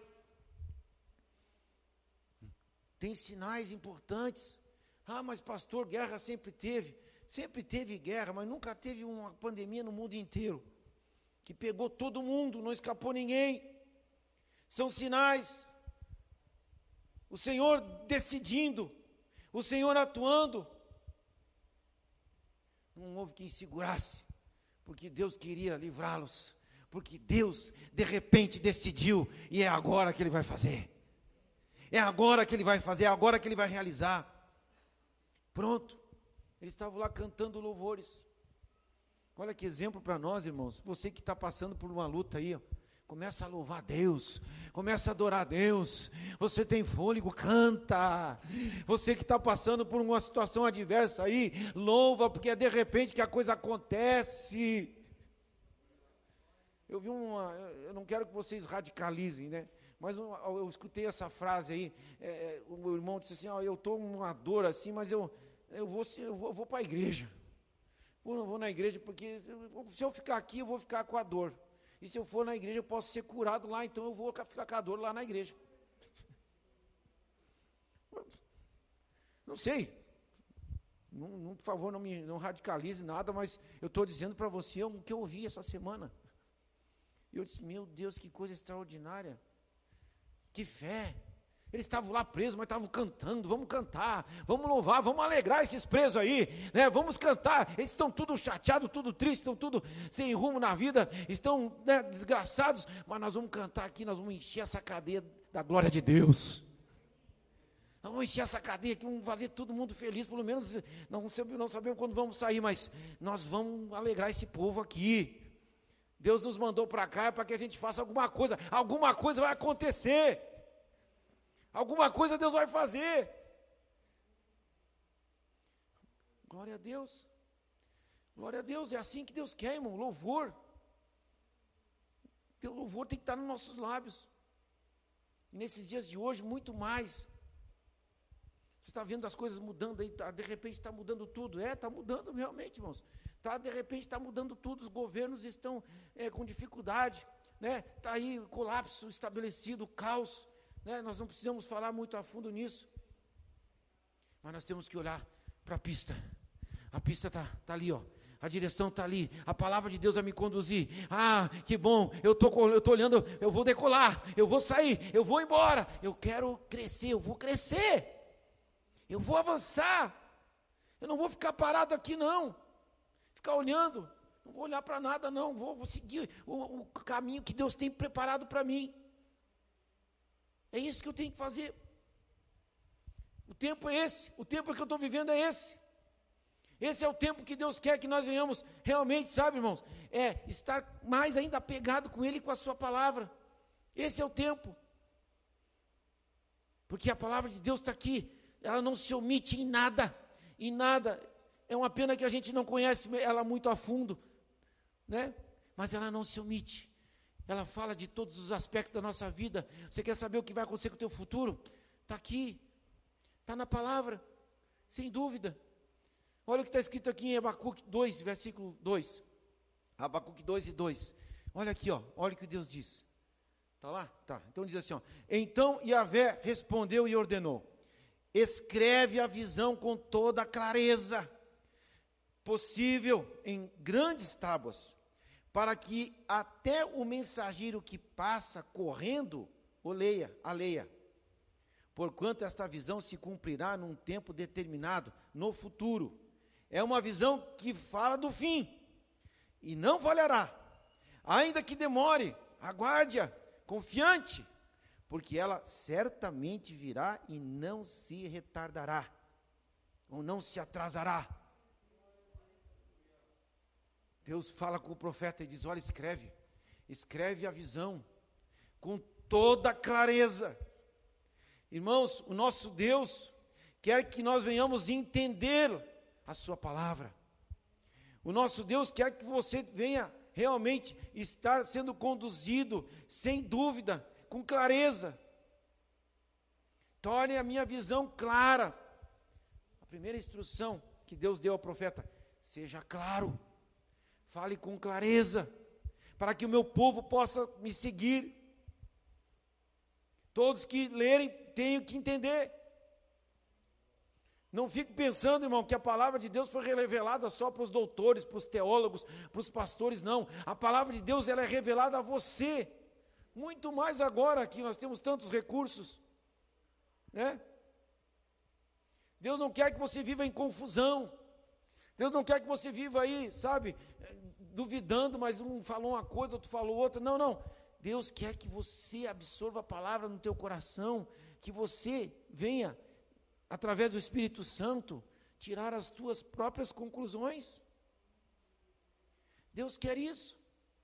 Tem sinais importantes. Ah, mas pastor, guerra sempre teve. Sempre teve guerra, mas nunca teve uma pandemia no mundo inteiro, que pegou todo mundo, não escapou ninguém. São sinais. O Senhor decidindo, o Senhor atuando. Não houve quem segurasse, porque Deus queria livrá-los, porque Deus, de repente, decidiu, e é agora que Ele vai fazer. É agora que Ele vai fazer, é agora que Ele vai realizar. Pronto. Eles estavam lá cantando louvores. Olha que exemplo para nós, irmãos. Você que está passando por uma luta aí, começa a louvar a Deus, começa a adorar a Deus. Você tem fôlego, canta. Você que está passando por uma situação adversa aí, louva, porque é de repente que a coisa acontece. Eu vi eu não quero que vocês radicalizem, mas eu escutei essa frase aí, o meu irmão disse assim, eu estou com uma dor assim, mas eu vou para a igreja. Eu não vou na igreja porque se eu ficar aqui, eu vou ficar com a dor. E se eu for na igreja, eu posso ser curado lá, então eu vou ficar com a dor lá na igreja. Não sei. Por favor, não radicalize nada, mas eu estou dizendo para você o que eu ouvi essa semana. E eu disse, meu Deus, que coisa extraordinária. Que fé. Eles estavam lá presos, mas estavam cantando. Vamos cantar, vamos louvar, vamos alegrar esses presos aí, vamos cantar. Eles estão tudo chateados, tudo tristes, estão tudo sem rumo na vida, estão desgraçados, mas nós vamos cantar aqui, nós vamos encher essa cadeia da glória de Deus. Nós vamos encher essa cadeia aqui, vamos fazer todo mundo feliz, pelo menos não sabemos quando vamos sair, mas nós vamos alegrar esse povo aqui. Deus nos mandou para cá para que a gente faça alguma coisa vai acontecer. Alguma coisa Deus vai fazer. Glória a Deus. Glória a Deus, é assim que Deus quer, irmão, louvor. O louvor tem que estar nos nossos lábios. E nesses dias de hoje, muito mais. Você está vendo as coisas mudando aí, de repente está mudando tudo. Está mudando realmente, irmãos. De repente está mudando tudo, os governos estão com dificuldade. Está aí o colapso estabelecido, o caos. Nós não precisamos falar muito a fundo nisso, mas nós temos que olhar para a pista. A pista está ali, a direção está ali, a palavra de Deus vai me conduzir. Ah, que bom, eu estou olhando, eu vou decolar, eu vou sair, eu vou embora, eu quero crescer, eu vou crescer, eu vou avançar, eu não vou ficar parado aqui não, ficar olhando, não vou olhar para nada não, vou seguir o caminho que Deus tem preparado para mim. É isso que eu tenho que fazer. O tempo é esse, o tempo que eu estou vivendo é esse. Esse é o tempo que Deus quer que nós venhamos realmente, sabe, irmãos? Estar mais ainda apegado com Ele e com a sua palavra. Esse é o tempo. Porque a palavra de Deus está aqui, ela não se omite em nada, É uma pena que a gente não conhece ela muito a fundo, Mas ela não se omite. Ela fala de todos os aspectos da nossa vida. Você quer saber o que vai acontecer com o teu futuro? Está aqui, está na palavra, sem dúvida. Olha o que está escrito aqui em Abacuque 2, versículo 2. Abacuque 2 e 2. Olha aqui, ó, olha o que Deus diz. Está lá? Tá. Então diz assim, ó. Então Yahvé respondeu e ordenou: escreve a visão com toda a clareza possível em grandes tábuas, para que até o mensageiro que passa correndo a leia. Porquanto esta visão se cumprirá num tempo determinado, no futuro. É uma visão que fala do fim, e não falhará. Ainda que demore, aguarde-a, confiante, porque ela certamente virá e não se retardará, ou não se atrasará. Deus fala com o profeta e diz: olha, escreve a visão, com toda clareza. Irmãos, o nosso Deus quer que nós venhamos entender a sua palavra. O nosso Deus quer que você venha realmente estar sendo conduzido, sem dúvida, com clareza. Torne a minha visão clara. A primeira instrução que Deus deu ao profeta: seja claro, fale com clareza, para que o meu povo possa me seguir. Todos que lerem tenham que entender. Não fique pensando, irmão, que a palavra de Deus foi revelada só para os doutores, para os teólogos, para os pastores, não. A palavra de Deus, ela é revelada a você. Muito mais agora que nós temos tantos recursos, né? Deus não quer que você viva em confusão. Deus não quer que você viva aí, sabe, duvidando, mas um falou uma coisa, outro falou outra. Não, não. Deus quer que você absorva a palavra no teu coração, que você venha, através do Espírito Santo, tirar as tuas próprias conclusões. Deus quer isso,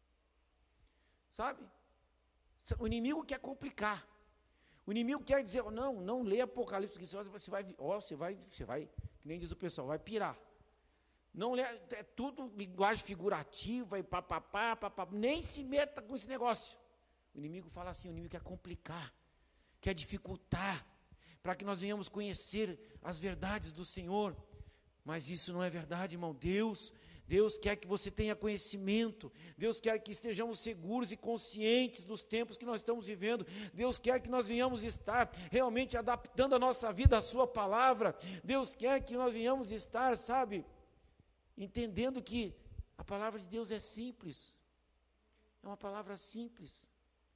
sabe? O inimigo quer complicar. O inimigo quer dizer: não lê Apocalipse, porque você vai, que nem diz o pessoal, vai pirar. Não lê, é tudo linguagem figurativa e papapá, nem se meta com esse negócio. O inimigo fala assim, o inimigo quer complicar, quer dificultar, para que nós venhamos conhecer as verdades do Senhor. Mas isso não é verdade, irmão. Deus quer que você tenha conhecimento. Deus quer que estejamos seguros e conscientes dos tempos que nós estamos vivendo. Deus quer que nós venhamos estar realmente adaptando a nossa vida à sua palavra. Deus quer que nós venhamos estar, sabe, entendendo que a palavra de Deus é simples. É uma palavra simples.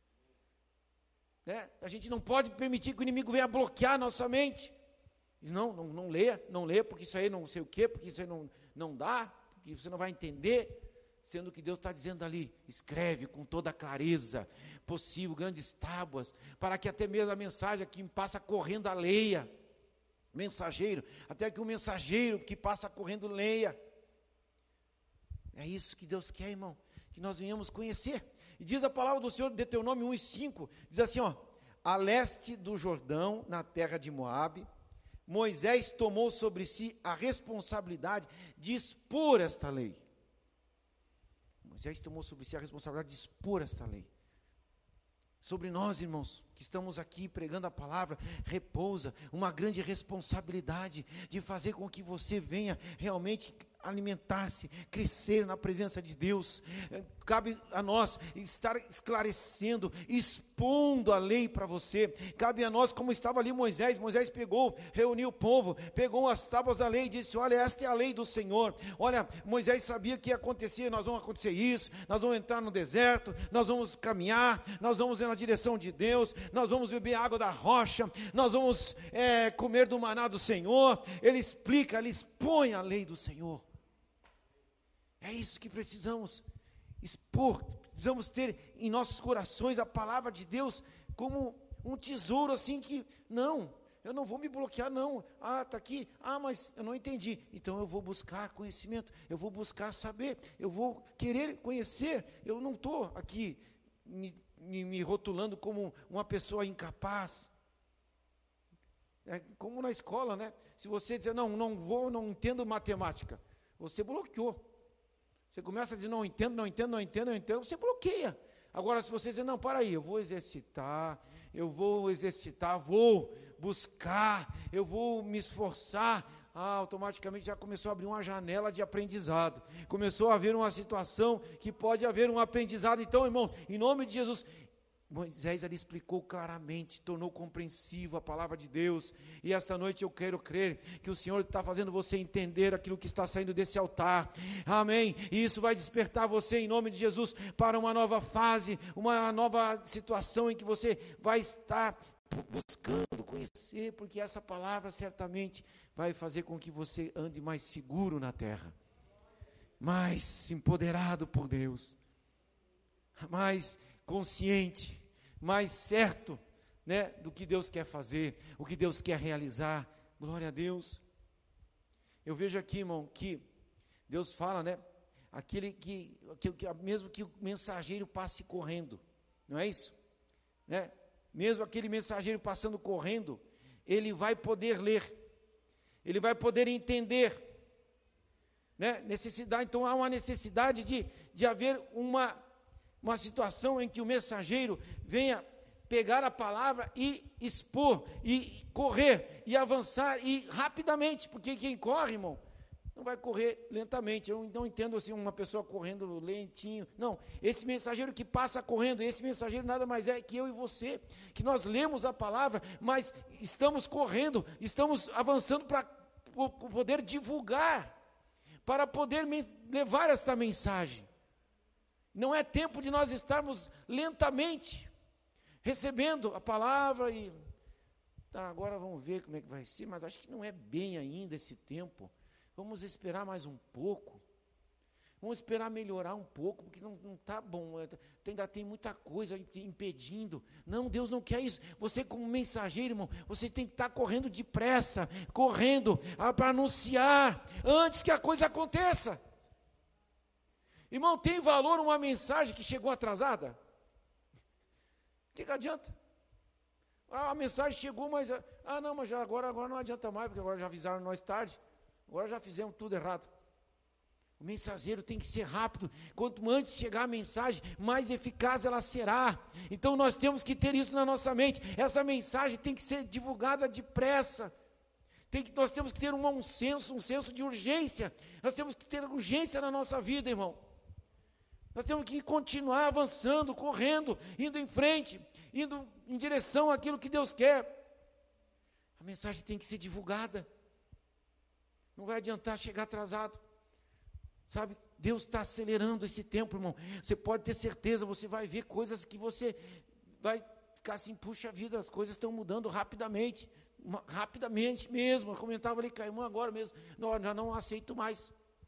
Né? A gente não pode permitir que o inimigo venha bloquear a nossa mente. Diz: não lê, porque isso aí não sei o quê, porque isso aí não dá, porque você não vai entender. Sendo que Deus está dizendo ali: escreve com toda a clareza possível, grandes tábuas, para que até mesmo a mensagem que passa correndo a leia. Mensageiro, até que o mensageiro que passa correndo leia. É isso que Deus quer, irmão, que nós venhamos conhecer. E diz a palavra do Senhor, Deuteronômio 1:5, diz assim, ó: a leste do Jordão, na terra de Moabe, Moisés tomou sobre si a responsabilidade de expor esta lei. Moisés tomou sobre si a responsabilidade de expor esta lei. Sobre nós, irmãos, que estamos aqui pregando a palavra, repousa uma grande responsabilidade de fazer com que você venha realmente alimentar-se, crescer na presença de Deus. Cabe a nós estar esclarecendo, expondo a lei para você. Cabe a nós, como estava ali Moisés pegou, reuniu o povo, pegou as tábuas da lei e disse: olha, esta é a lei do Senhor. Olha, Moisés sabia que ia acontecer, nós vamos acontecer isso, nós vamos entrar no deserto, nós vamos caminhar, nós vamos ir na direção de Deus, nós vamos beber água da rocha, nós vamos comer do maná do Senhor. Ele explica, ele expõe a lei do Senhor. É isso que precisamos expor, precisamos ter em nossos corações a palavra de Deus como um tesouro assim que, eu não vou me bloquear não, está aqui, mas eu não entendi, então eu vou buscar conhecimento, eu vou buscar saber, eu vou querer conhecer, eu não estou aqui me rotulando como uma pessoa incapaz. É como na escola, né? Se você dizer, não entendo matemática, você bloqueou. Você começa a dizer, não entendo, você bloqueia. Agora, se você dizer, não, para aí, eu vou exercitar, vou buscar, eu vou me esforçar, automaticamente já começou a abrir uma janela de aprendizado. Começou a haver uma situação que pode haver um aprendizado. Então, irmão, em nome de Jesus, Moisés ali explicou claramente, tornou compreensível a palavra de Deus, e esta noite eu quero crer que o Senhor está fazendo você entender aquilo que está saindo desse altar, amém, e isso vai despertar você em nome de Jesus, para uma nova fase, uma nova situação em que você vai estar buscando conhecer, porque essa palavra certamente vai fazer com que você ande mais seguro na terra, mais empoderado por Deus, mais consciente, mais certo, né, do que Deus quer fazer, o que Deus quer realizar. Glória a Deus. Eu vejo aqui, irmão, que Deus fala, né, aquele que mesmo que o mensageiro passe correndo, não é isso? Né? Mesmo aquele mensageiro passando correndo, ele vai poder ler, ele vai poder entender, né? Necessidade, então há uma necessidade de haver uma situação em que o mensageiro venha pegar a palavra e expor, e correr, e avançar, e rapidamente, porque quem corre, irmão, não vai correr lentamente. Eu não entendo assim uma pessoa correndo lentinho, não, esse mensageiro que passa correndo, esse mensageiro nada mais é que eu e você, que nós lemos a palavra, mas estamos correndo, estamos avançando para poder divulgar, para poder levar esta mensagem. Não é tempo de nós estarmos lentamente recebendo a palavra e agora vamos ver como é que vai ser, mas acho que não é bem ainda esse tempo. Vamos esperar mais um pouco. Vamos esperar melhorar um pouco, porque não está bom, ainda tem muita coisa impedindo. Não, Deus não quer isso. Você como mensageiro, irmão, você tem que estar correndo depressa, correndo para anunciar antes que a coisa aconteça. Irmão, tem valor uma mensagem que chegou atrasada? O que adianta? A mensagem chegou, mas não, mas agora não adianta mais, porque agora já avisaram nós tarde, agora já fizemos tudo errado. O mensageiro tem que ser rápido, quanto antes chegar a mensagem, mais eficaz ela será. Então nós temos que ter isso na nossa mente, essa mensagem tem que ser divulgada depressa. Nós temos que ter um senso de urgência, nós temos que ter urgência na nossa vida, irmão. Nós temos que continuar avançando, correndo, indo em frente, indo em direção àquilo que Deus quer. A mensagem tem que ser divulgada. Não vai adiantar chegar atrasado. Sabe, Deus está acelerando esse tempo, irmão. Você pode ter certeza, você vai ver coisas que você vai ficar assim, puxa vida, as coisas estão mudando rapidamente mesmo. Eu comentava ali, Caimão, agora mesmo, não, já não aceito mais.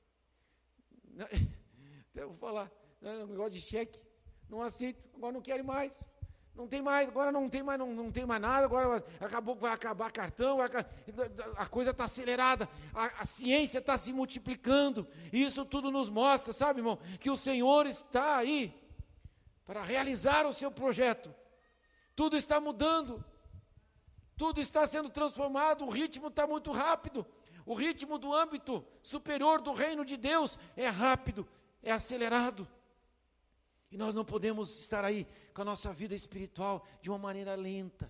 Eu vou falar, negócio de cheque, não aceito, agora não quero mais, não tem mais, agora não tem mais nada, agora vai acabar cartão, a coisa está acelerada, a ciência está se multiplicando, e isso tudo nos mostra, sabe, irmão, que o Senhor está aí para realizar o seu projeto. Tudo está mudando, tudo está sendo transformado, o ritmo está muito rápido, o ritmo do âmbito superior do reino de Deus é rápido, é acelerado, e nós não podemos estar aí com a nossa vida espiritual de uma maneira lenta.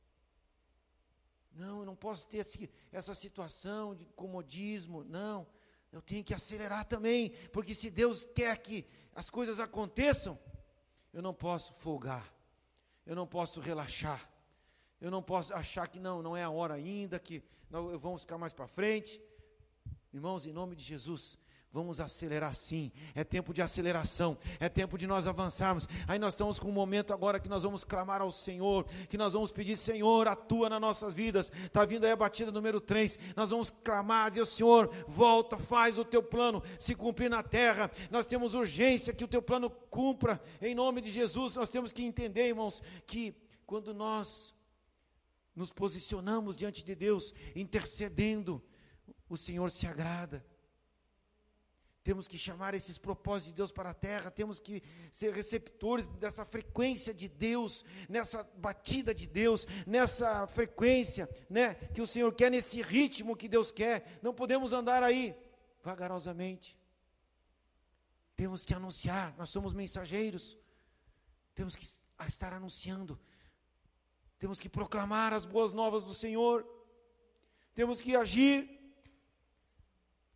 Não, eu não posso ter essa situação de comodismo, não, eu tenho que acelerar também, porque se Deus quer que as coisas aconteçam, eu não posso folgar, eu não posso relaxar, eu não posso achar que não é a hora ainda, que vamos ficar mais para frente. Irmãos, em nome de Jesus, vamos acelerar sim, é tempo de aceleração, é tempo de nós avançarmos. Aí nós estamos com um momento agora que nós vamos clamar ao Senhor, que nós vamos pedir, Senhor, atua nas nossas vidas. Está vindo aí a batida número 3, nós vamos clamar, dizer, Senhor, volta, faz o teu plano se cumprir na terra. Nós temos urgência que o teu plano cumpra, em nome de Jesus. Nós temos que entender, irmãos, que quando nós nos posicionamos diante de Deus, intercedendo, o Senhor se agrada. Temos que chamar esses propósitos de Deus para a terra, temos que ser receptores dessa frequência de Deus, nessa batida de Deus, nessa frequência, né, que o Senhor quer, nesse ritmo que Deus quer. Não podemos andar aí vagarosamente. Temos que anunciar, nós somos mensageiros, temos que estar anunciando, temos que proclamar as boas novas do Senhor, temos que agir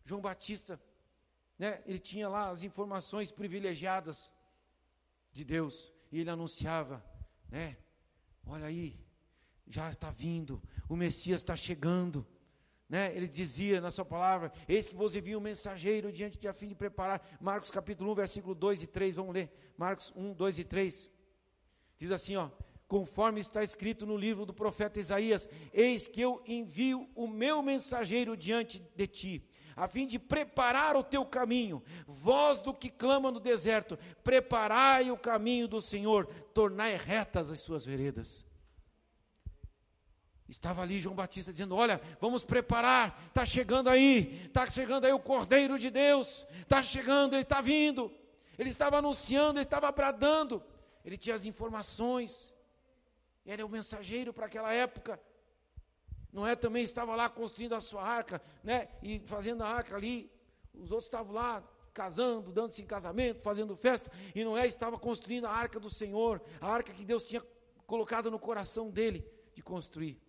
João Batista, né, ele tinha lá as informações privilegiadas de Deus, e ele anunciava, né, olha aí, já está vindo, o Messias está chegando, né? Ele dizia na sua palavra, eis que vos envio um mensageiro diante de a fim de preparar, Marcos capítulo 1, versículo 2 e 3, vamos ler, Marcos 1, 2 e 3, diz assim, conforme está escrito no livro do profeta Isaías, eis que eu envio o meu mensageiro diante de ti, a fim de preparar o teu caminho, voz do que clama no deserto, preparai o caminho do Senhor, tornai retas as suas veredas. Estava ali João Batista dizendo, olha, vamos preparar, está chegando aí o Cordeiro de Deus, está chegando, ele está vindo, ele estava anunciando, ele estava bradando, ele tinha as informações, ele é o mensageiro para aquela época. Noé também estava lá construindo a sua arca, né, e fazendo a arca ali, os outros estavam lá casando, dando-se em casamento, fazendo festa, e Noé estava construindo a arca do Senhor, a arca que Deus tinha colocado no coração dele de construir.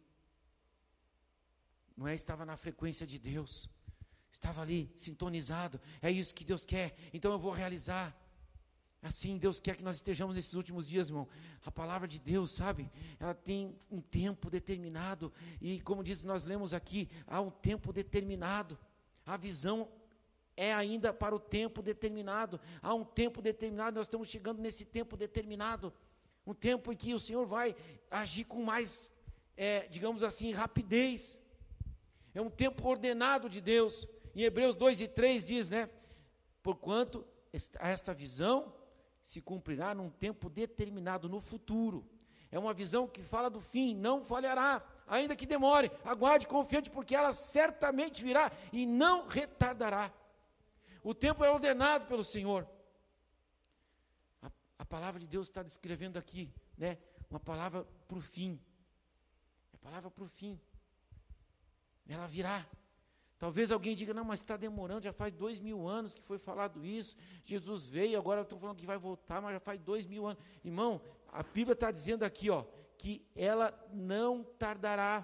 Noé estava na frequência de Deus, estava ali sintonizado, é isso que Deus quer, então eu vou realizar. Assim Deus quer que nós estejamos nesses últimos dias, irmão. A palavra de Deus, sabe, ela tem um tempo determinado, e como diz, nós lemos aqui, há um tempo determinado, a visão é ainda para o tempo determinado, há um tempo determinado, nós estamos chegando nesse tempo determinado, um tempo em que o Senhor vai agir com mais, digamos assim, rapidez, é um tempo ordenado de Deus. Em Hebreus 2 e 3 diz, né, porquanto esta visão se cumprirá num tempo determinado no futuro, é uma visão que fala do fim, não falhará, ainda que demore, aguarde confiante, porque ela certamente virá e não retardará. O tempo é ordenado pelo Senhor. A palavra de Deus está descrevendo aqui, né, uma palavra para o fim, é palavra para o fim, ela virá. Talvez alguém diga, não, mas está demorando, já faz 2000 anos que foi falado isso, Jesus veio, agora estão falando que vai voltar, mas já faz 2000 anos. Irmão, a Bíblia está dizendo aqui, que ela não tardará.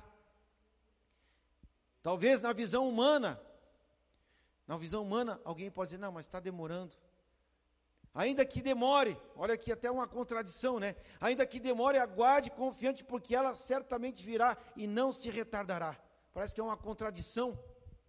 Talvez na visão humana, alguém pode dizer, não, mas está demorando. Ainda que demore, olha aqui até uma contradição, né? Ainda que demore, aguarde confiante, porque ela certamente virá e não se retardará. Parece que é uma contradição.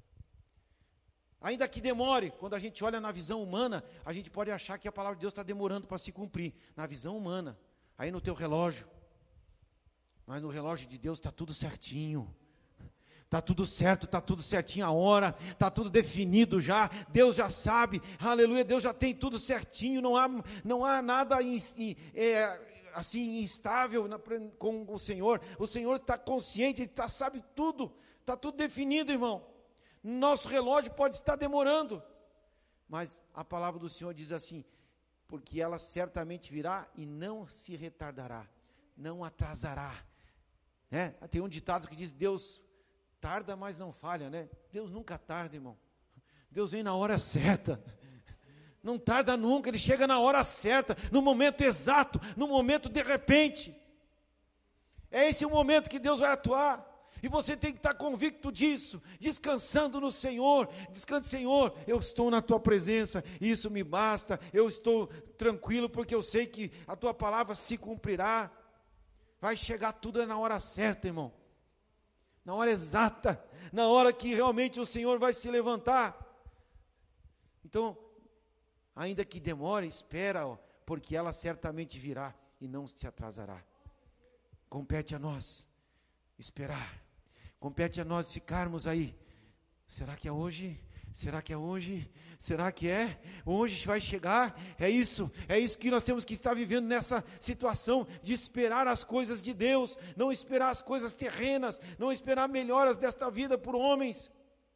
Ainda que demore, quando a gente olha na visão humana, a gente pode achar que a palavra de Deus está demorando para se cumprir, na visão humana, aí no teu relógio, mas no relógio de Deus está tudo certinho, está tudo certo, está tudo certinho a hora, está tudo definido já, Deus já sabe, aleluia, Deus já tem tudo certinho, não há nada assim instável com o Senhor está consciente, Ele sabe tudo, está tudo definido, irmão. Nosso relógio pode estar demorando, mas a palavra do Senhor diz assim, porque ela certamente virá e não se retardará, não atrasará, né? Tem um ditado que diz, Deus tarda, mas não falha, né? Deus nunca tarda, irmão. Deus vem na hora certa, não tarda nunca, Ele chega na hora certa, no momento exato, no momento de repente. É esse o momento que Deus vai atuar. E você tem que estar convicto disso, descansando no Senhor. Descanse, Senhor, eu estou na Tua presença, isso me basta, eu estou tranquilo, porque eu sei que a Tua palavra se cumprirá. Vai chegar tudo na hora certa, irmão, na hora exata, na hora que realmente o Senhor vai se levantar. Então, ainda que demore, espera, porque ela certamente virá e não se atrasará. Compete a nós esperar, compete a nós ficarmos aí. Será que é hoje? Será que é hoje? Será que é? Hoje vai chegar? É isso que nós temos que estar vivendo nessa situação de esperar as coisas de Deus, não esperar as coisas terrenas, não esperar melhoras desta vida por homens.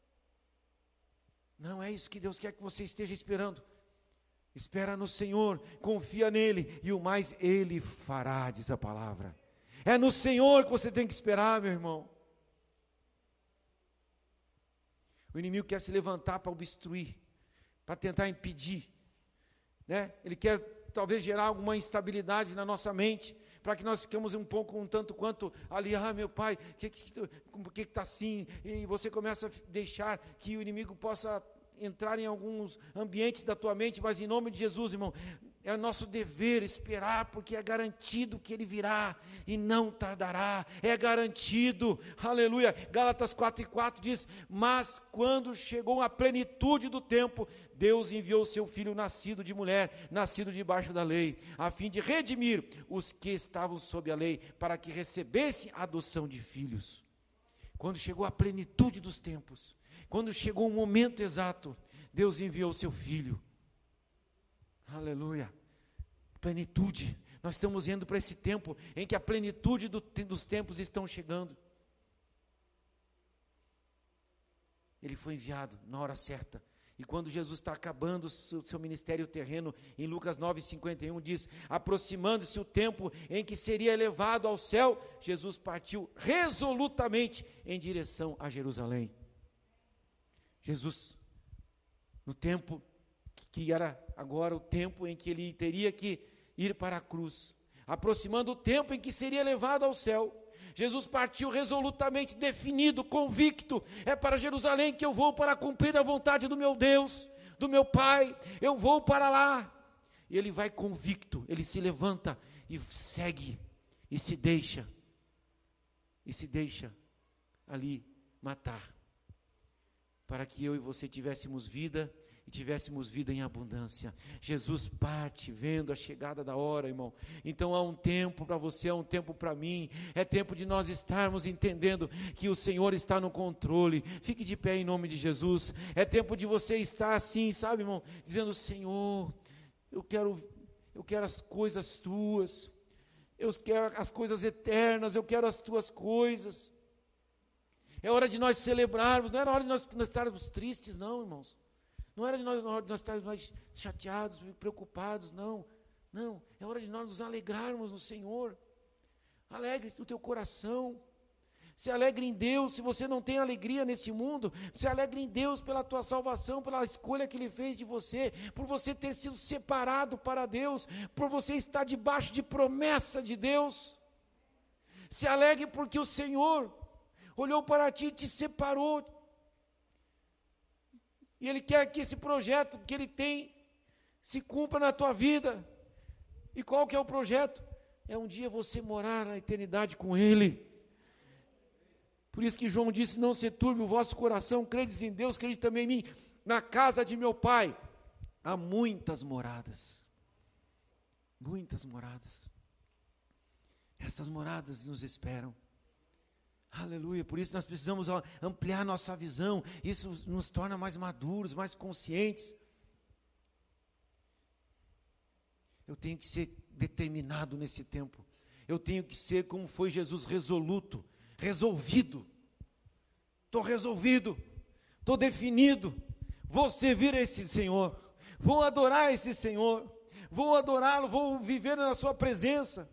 Não é isso que Deus quer que você esteja esperando. Espera no Senhor, confia nele, e o mais Ele fará, diz a palavra. É no Senhor que você tem que esperar, meu irmão. O inimigo quer se levantar para obstruir, para tentar impedir, né? Ele quer talvez gerar alguma instabilidade na nossa mente, para que nós ficamos um pouco, um tanto quanto ali, meu pai, por que está assim? E você começa a deixar que o inimigo possa entrar em alguns ambientes da tua mente, mas em nome de Jesus, irmão, é nosso dever esperar, porque é garantido que Ele virá e não tardará, é garantido, aleluia. Gálatas 4:4 diz: mas quando chegou a plenitude do tempo, Deus enviou o seu Filho nascido de mulher, nascido debaixo da lei, a fim de redimir os que estavam sob a lei, para que recebessem a adoção de filhos. Quando chegou a plenitude dos tempos, quando chegou o momento exato, Deus enviou o seu Filho. Aleluia, plenitude. Nós estamos indo para esse tempo em que a plenitude dos tempos estão chegando. Ele foi enviado na hora certa. E quando Jesus está acabando o seu ministério terreno, em Lucas 9:51 diz: aproximando-se o tempo em que seria elevado ao céu, Jesus partiu resolutamente em direção a Jerusalém. Jesus, no tempo que era agora o tempo em que ele teria que ir para a cruz, aproximando o tempo em que seria levado ao céu, Jesus partiu resolutamente, definido, convicto: é para Jerusalém que eu vou para cumprir a vontade do meu Deus, do meu Pai, eu vou para lá. E ele vai convicto, ele se levanta e segue, e se deixa ali matar, para que eu e você tivéssemos vida, e tivéssemos vida em abundância. Jesus parte vendo a chegada da hora, irmão. Então há um tempo para você, há um tempo para mim. É tempo de nós estarmos entendendo que o Senhor está no controle. Fique de pé em nome de Jesus. É tempo de você estar assim, sabe, irmão, dizendo: Senhor, eu quero as coisas tuas, eu quero as coisas eternas, eu quero as tuas coisas. É hora de nós celebrarmos. Não era hora de nós estarmos tristes, não, irmãos. Não era de nós estarmos mais chateados, preocupados, não. Não, é hora de nós nos alegrarmos no Senhor. Alegre o teu coração. Se alegre em Deus. Se você não tem alegria nesse mundo, se alegre em Deus pela tua salvação, pela escolha que Ele fez de você, por você ter sido separado para Deus, por você estar debaixo de promessa de Deus. Se alegre porque o Senhor olhou para ti e te separou. E Ele quer que esse projeto que Ele tem se cumpra na tua vida. E qual que é o projeto? É um dia você morar na eternidade com Ele. Por isso que João disse: não se turbe o vosso coração, credes em Deus, crede também em mim. Na casa de meu Pai há muitas moradas. Muitas moradas. Essas moradas nos esperam. Aleluia, por isso nós precisamos ampliar nossa visão. Isso nos torna mais maduros, mais conscientes. Eu tenho que ser determinado nesse tempo. Eu tenho que ser como foi Jesus, resoluto, resolvido. Estou resolvido, estou definido. Vou servir a esse Senhor, vou adorar esse Senhor, vou adorá-lo, vou viver na sua presença.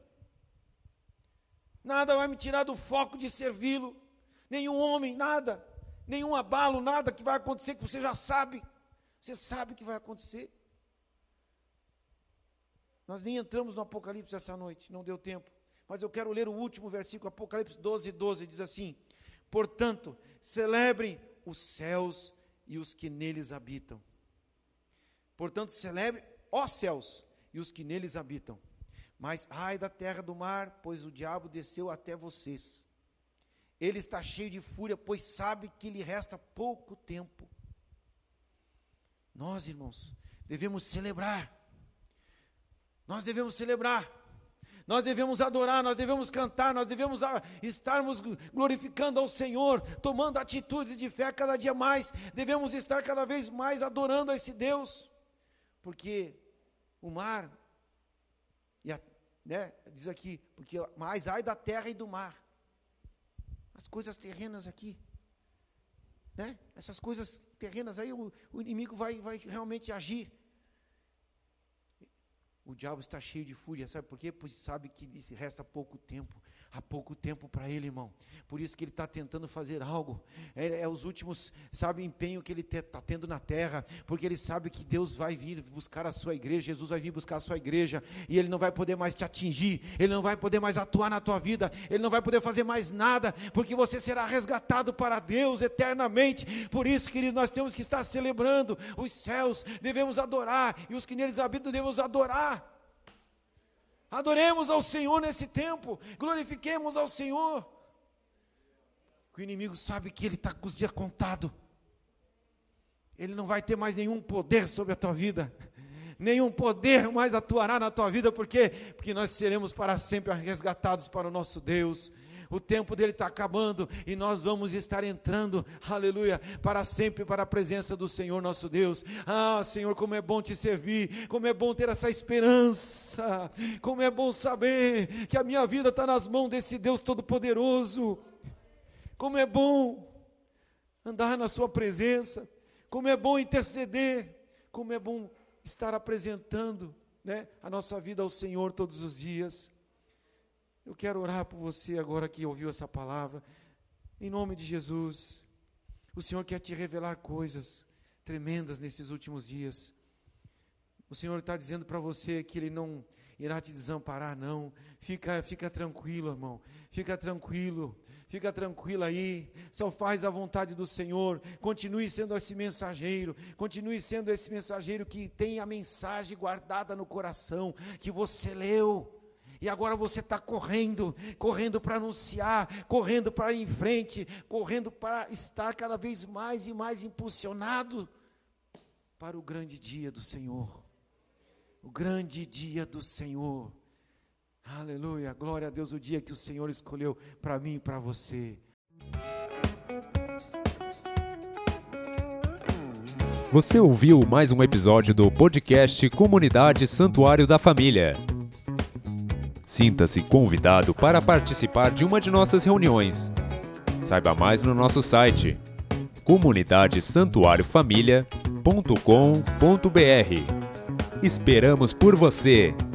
Nada vai me tirar do foco de servi-lo, nenhum homem, nada, nenhum abalo, nada que vai acontecer que você já sabe, você sabe que vai acontecer. Nós nem entramos no Apocalipse essa noite, não deu tempo, mas eu quero ler o último versículo, Apocalipse 12:12, diz assim: portanto, celebrem os céus e os que neles habitam. Portanto, celebrem os céus e os que neles habitam. Mas ai da terra do mar, pois o diabo desceu até vocês. Ele está cheio de fúria, pois sabe que lhe resta pouco tempo. Nós, irmãos, devemos celebrar. Nós devemos celebrar. Nós devemos adorar, nós devemos cantar, nós devemos estarmos glorificando ao Senhor, tomando atitudes de fé cada dia mais. Devemos estar cada vez mais adorando a esse Deus. Porque o mar... diz aqui, porque mais ai da terra e do mar, as coisas terrenas aqui, essas coisas terrenas aí, o inimigo vai realmente agir. O diabo está cheio de fúria, sabe por quê? Pois sabe que resta pouco tempo, há pouco tempo para ele, irmão. Por isso que ele está tentando fazer algo, é os últimos, sabe, empenho que ele está tendo na terra, porque ele sabe que Deus vai vir buscar a sua igreja, Jesus vai vir buscar a sua igreja, e ele não vai poder mais te atingir, ele não vai poder mais atuar na tua vida, ele não vai poder fazer mais nada, porque você será resgatado para Deus eternamente. Por isso, querido, nós temos que estar celebrando os céus, devemos adorar, e os que neles habitam devemos adorar. Adoremos ao Senhor nesse tempo, glorifiquemos ao Senhor. O inimigo sabe que ele está com os dias contados, ele não vai ter mais nenhum poder sobre a tua vida, nenhum poder mais atuará na tua vida, porque nós seremos para sempre resgatados para o nosso Deus. O tempo dele está acabando e nós vamos estar entrando, aleluia, para sempre para a presença do Senhor nosso Deus. Ah, Senhor, como é bom te servir, como é bom ter essa esperança, como é bom saber que a minha vida está nas mãos desse Deus Todo-Poderoso. Como é bom andar na sua presença, como é bom interceder, como é bom estar apresentando, né, a nossa vida ao Senhor todos os dias. Eu quero orar por você agora que ouviu essa palavra, em nome de Jesus. O Senhor quer te revelar coisas tremendas nesses últimos dias. O Senhor está dizendo para você que Ele não irá te desamparar, não. Fica tranquilo, irmão, fica tranquilo aí, só faz a vontade do Senhor, continue sendo esse mensageiro que tem a mensagem guardada no coração, que você leu, e agora você está correndo para anunciar, correndo para ir em frente, correndo para estar cada vez mais e mais impulsionado para o grande dia do Senhor. O grande dia do Senhor. Aleluia, glória a Deus, o dia que o Senhor escolheu para mim e para você. Você ouviu mais um episódio do podcast Comunidade Santuário da Família. Sinta-se convidado para participar de uma de nossas reuniões. Saiba mais no nosso site comunidadesantuariofamilia.com.br. Esperamos por você!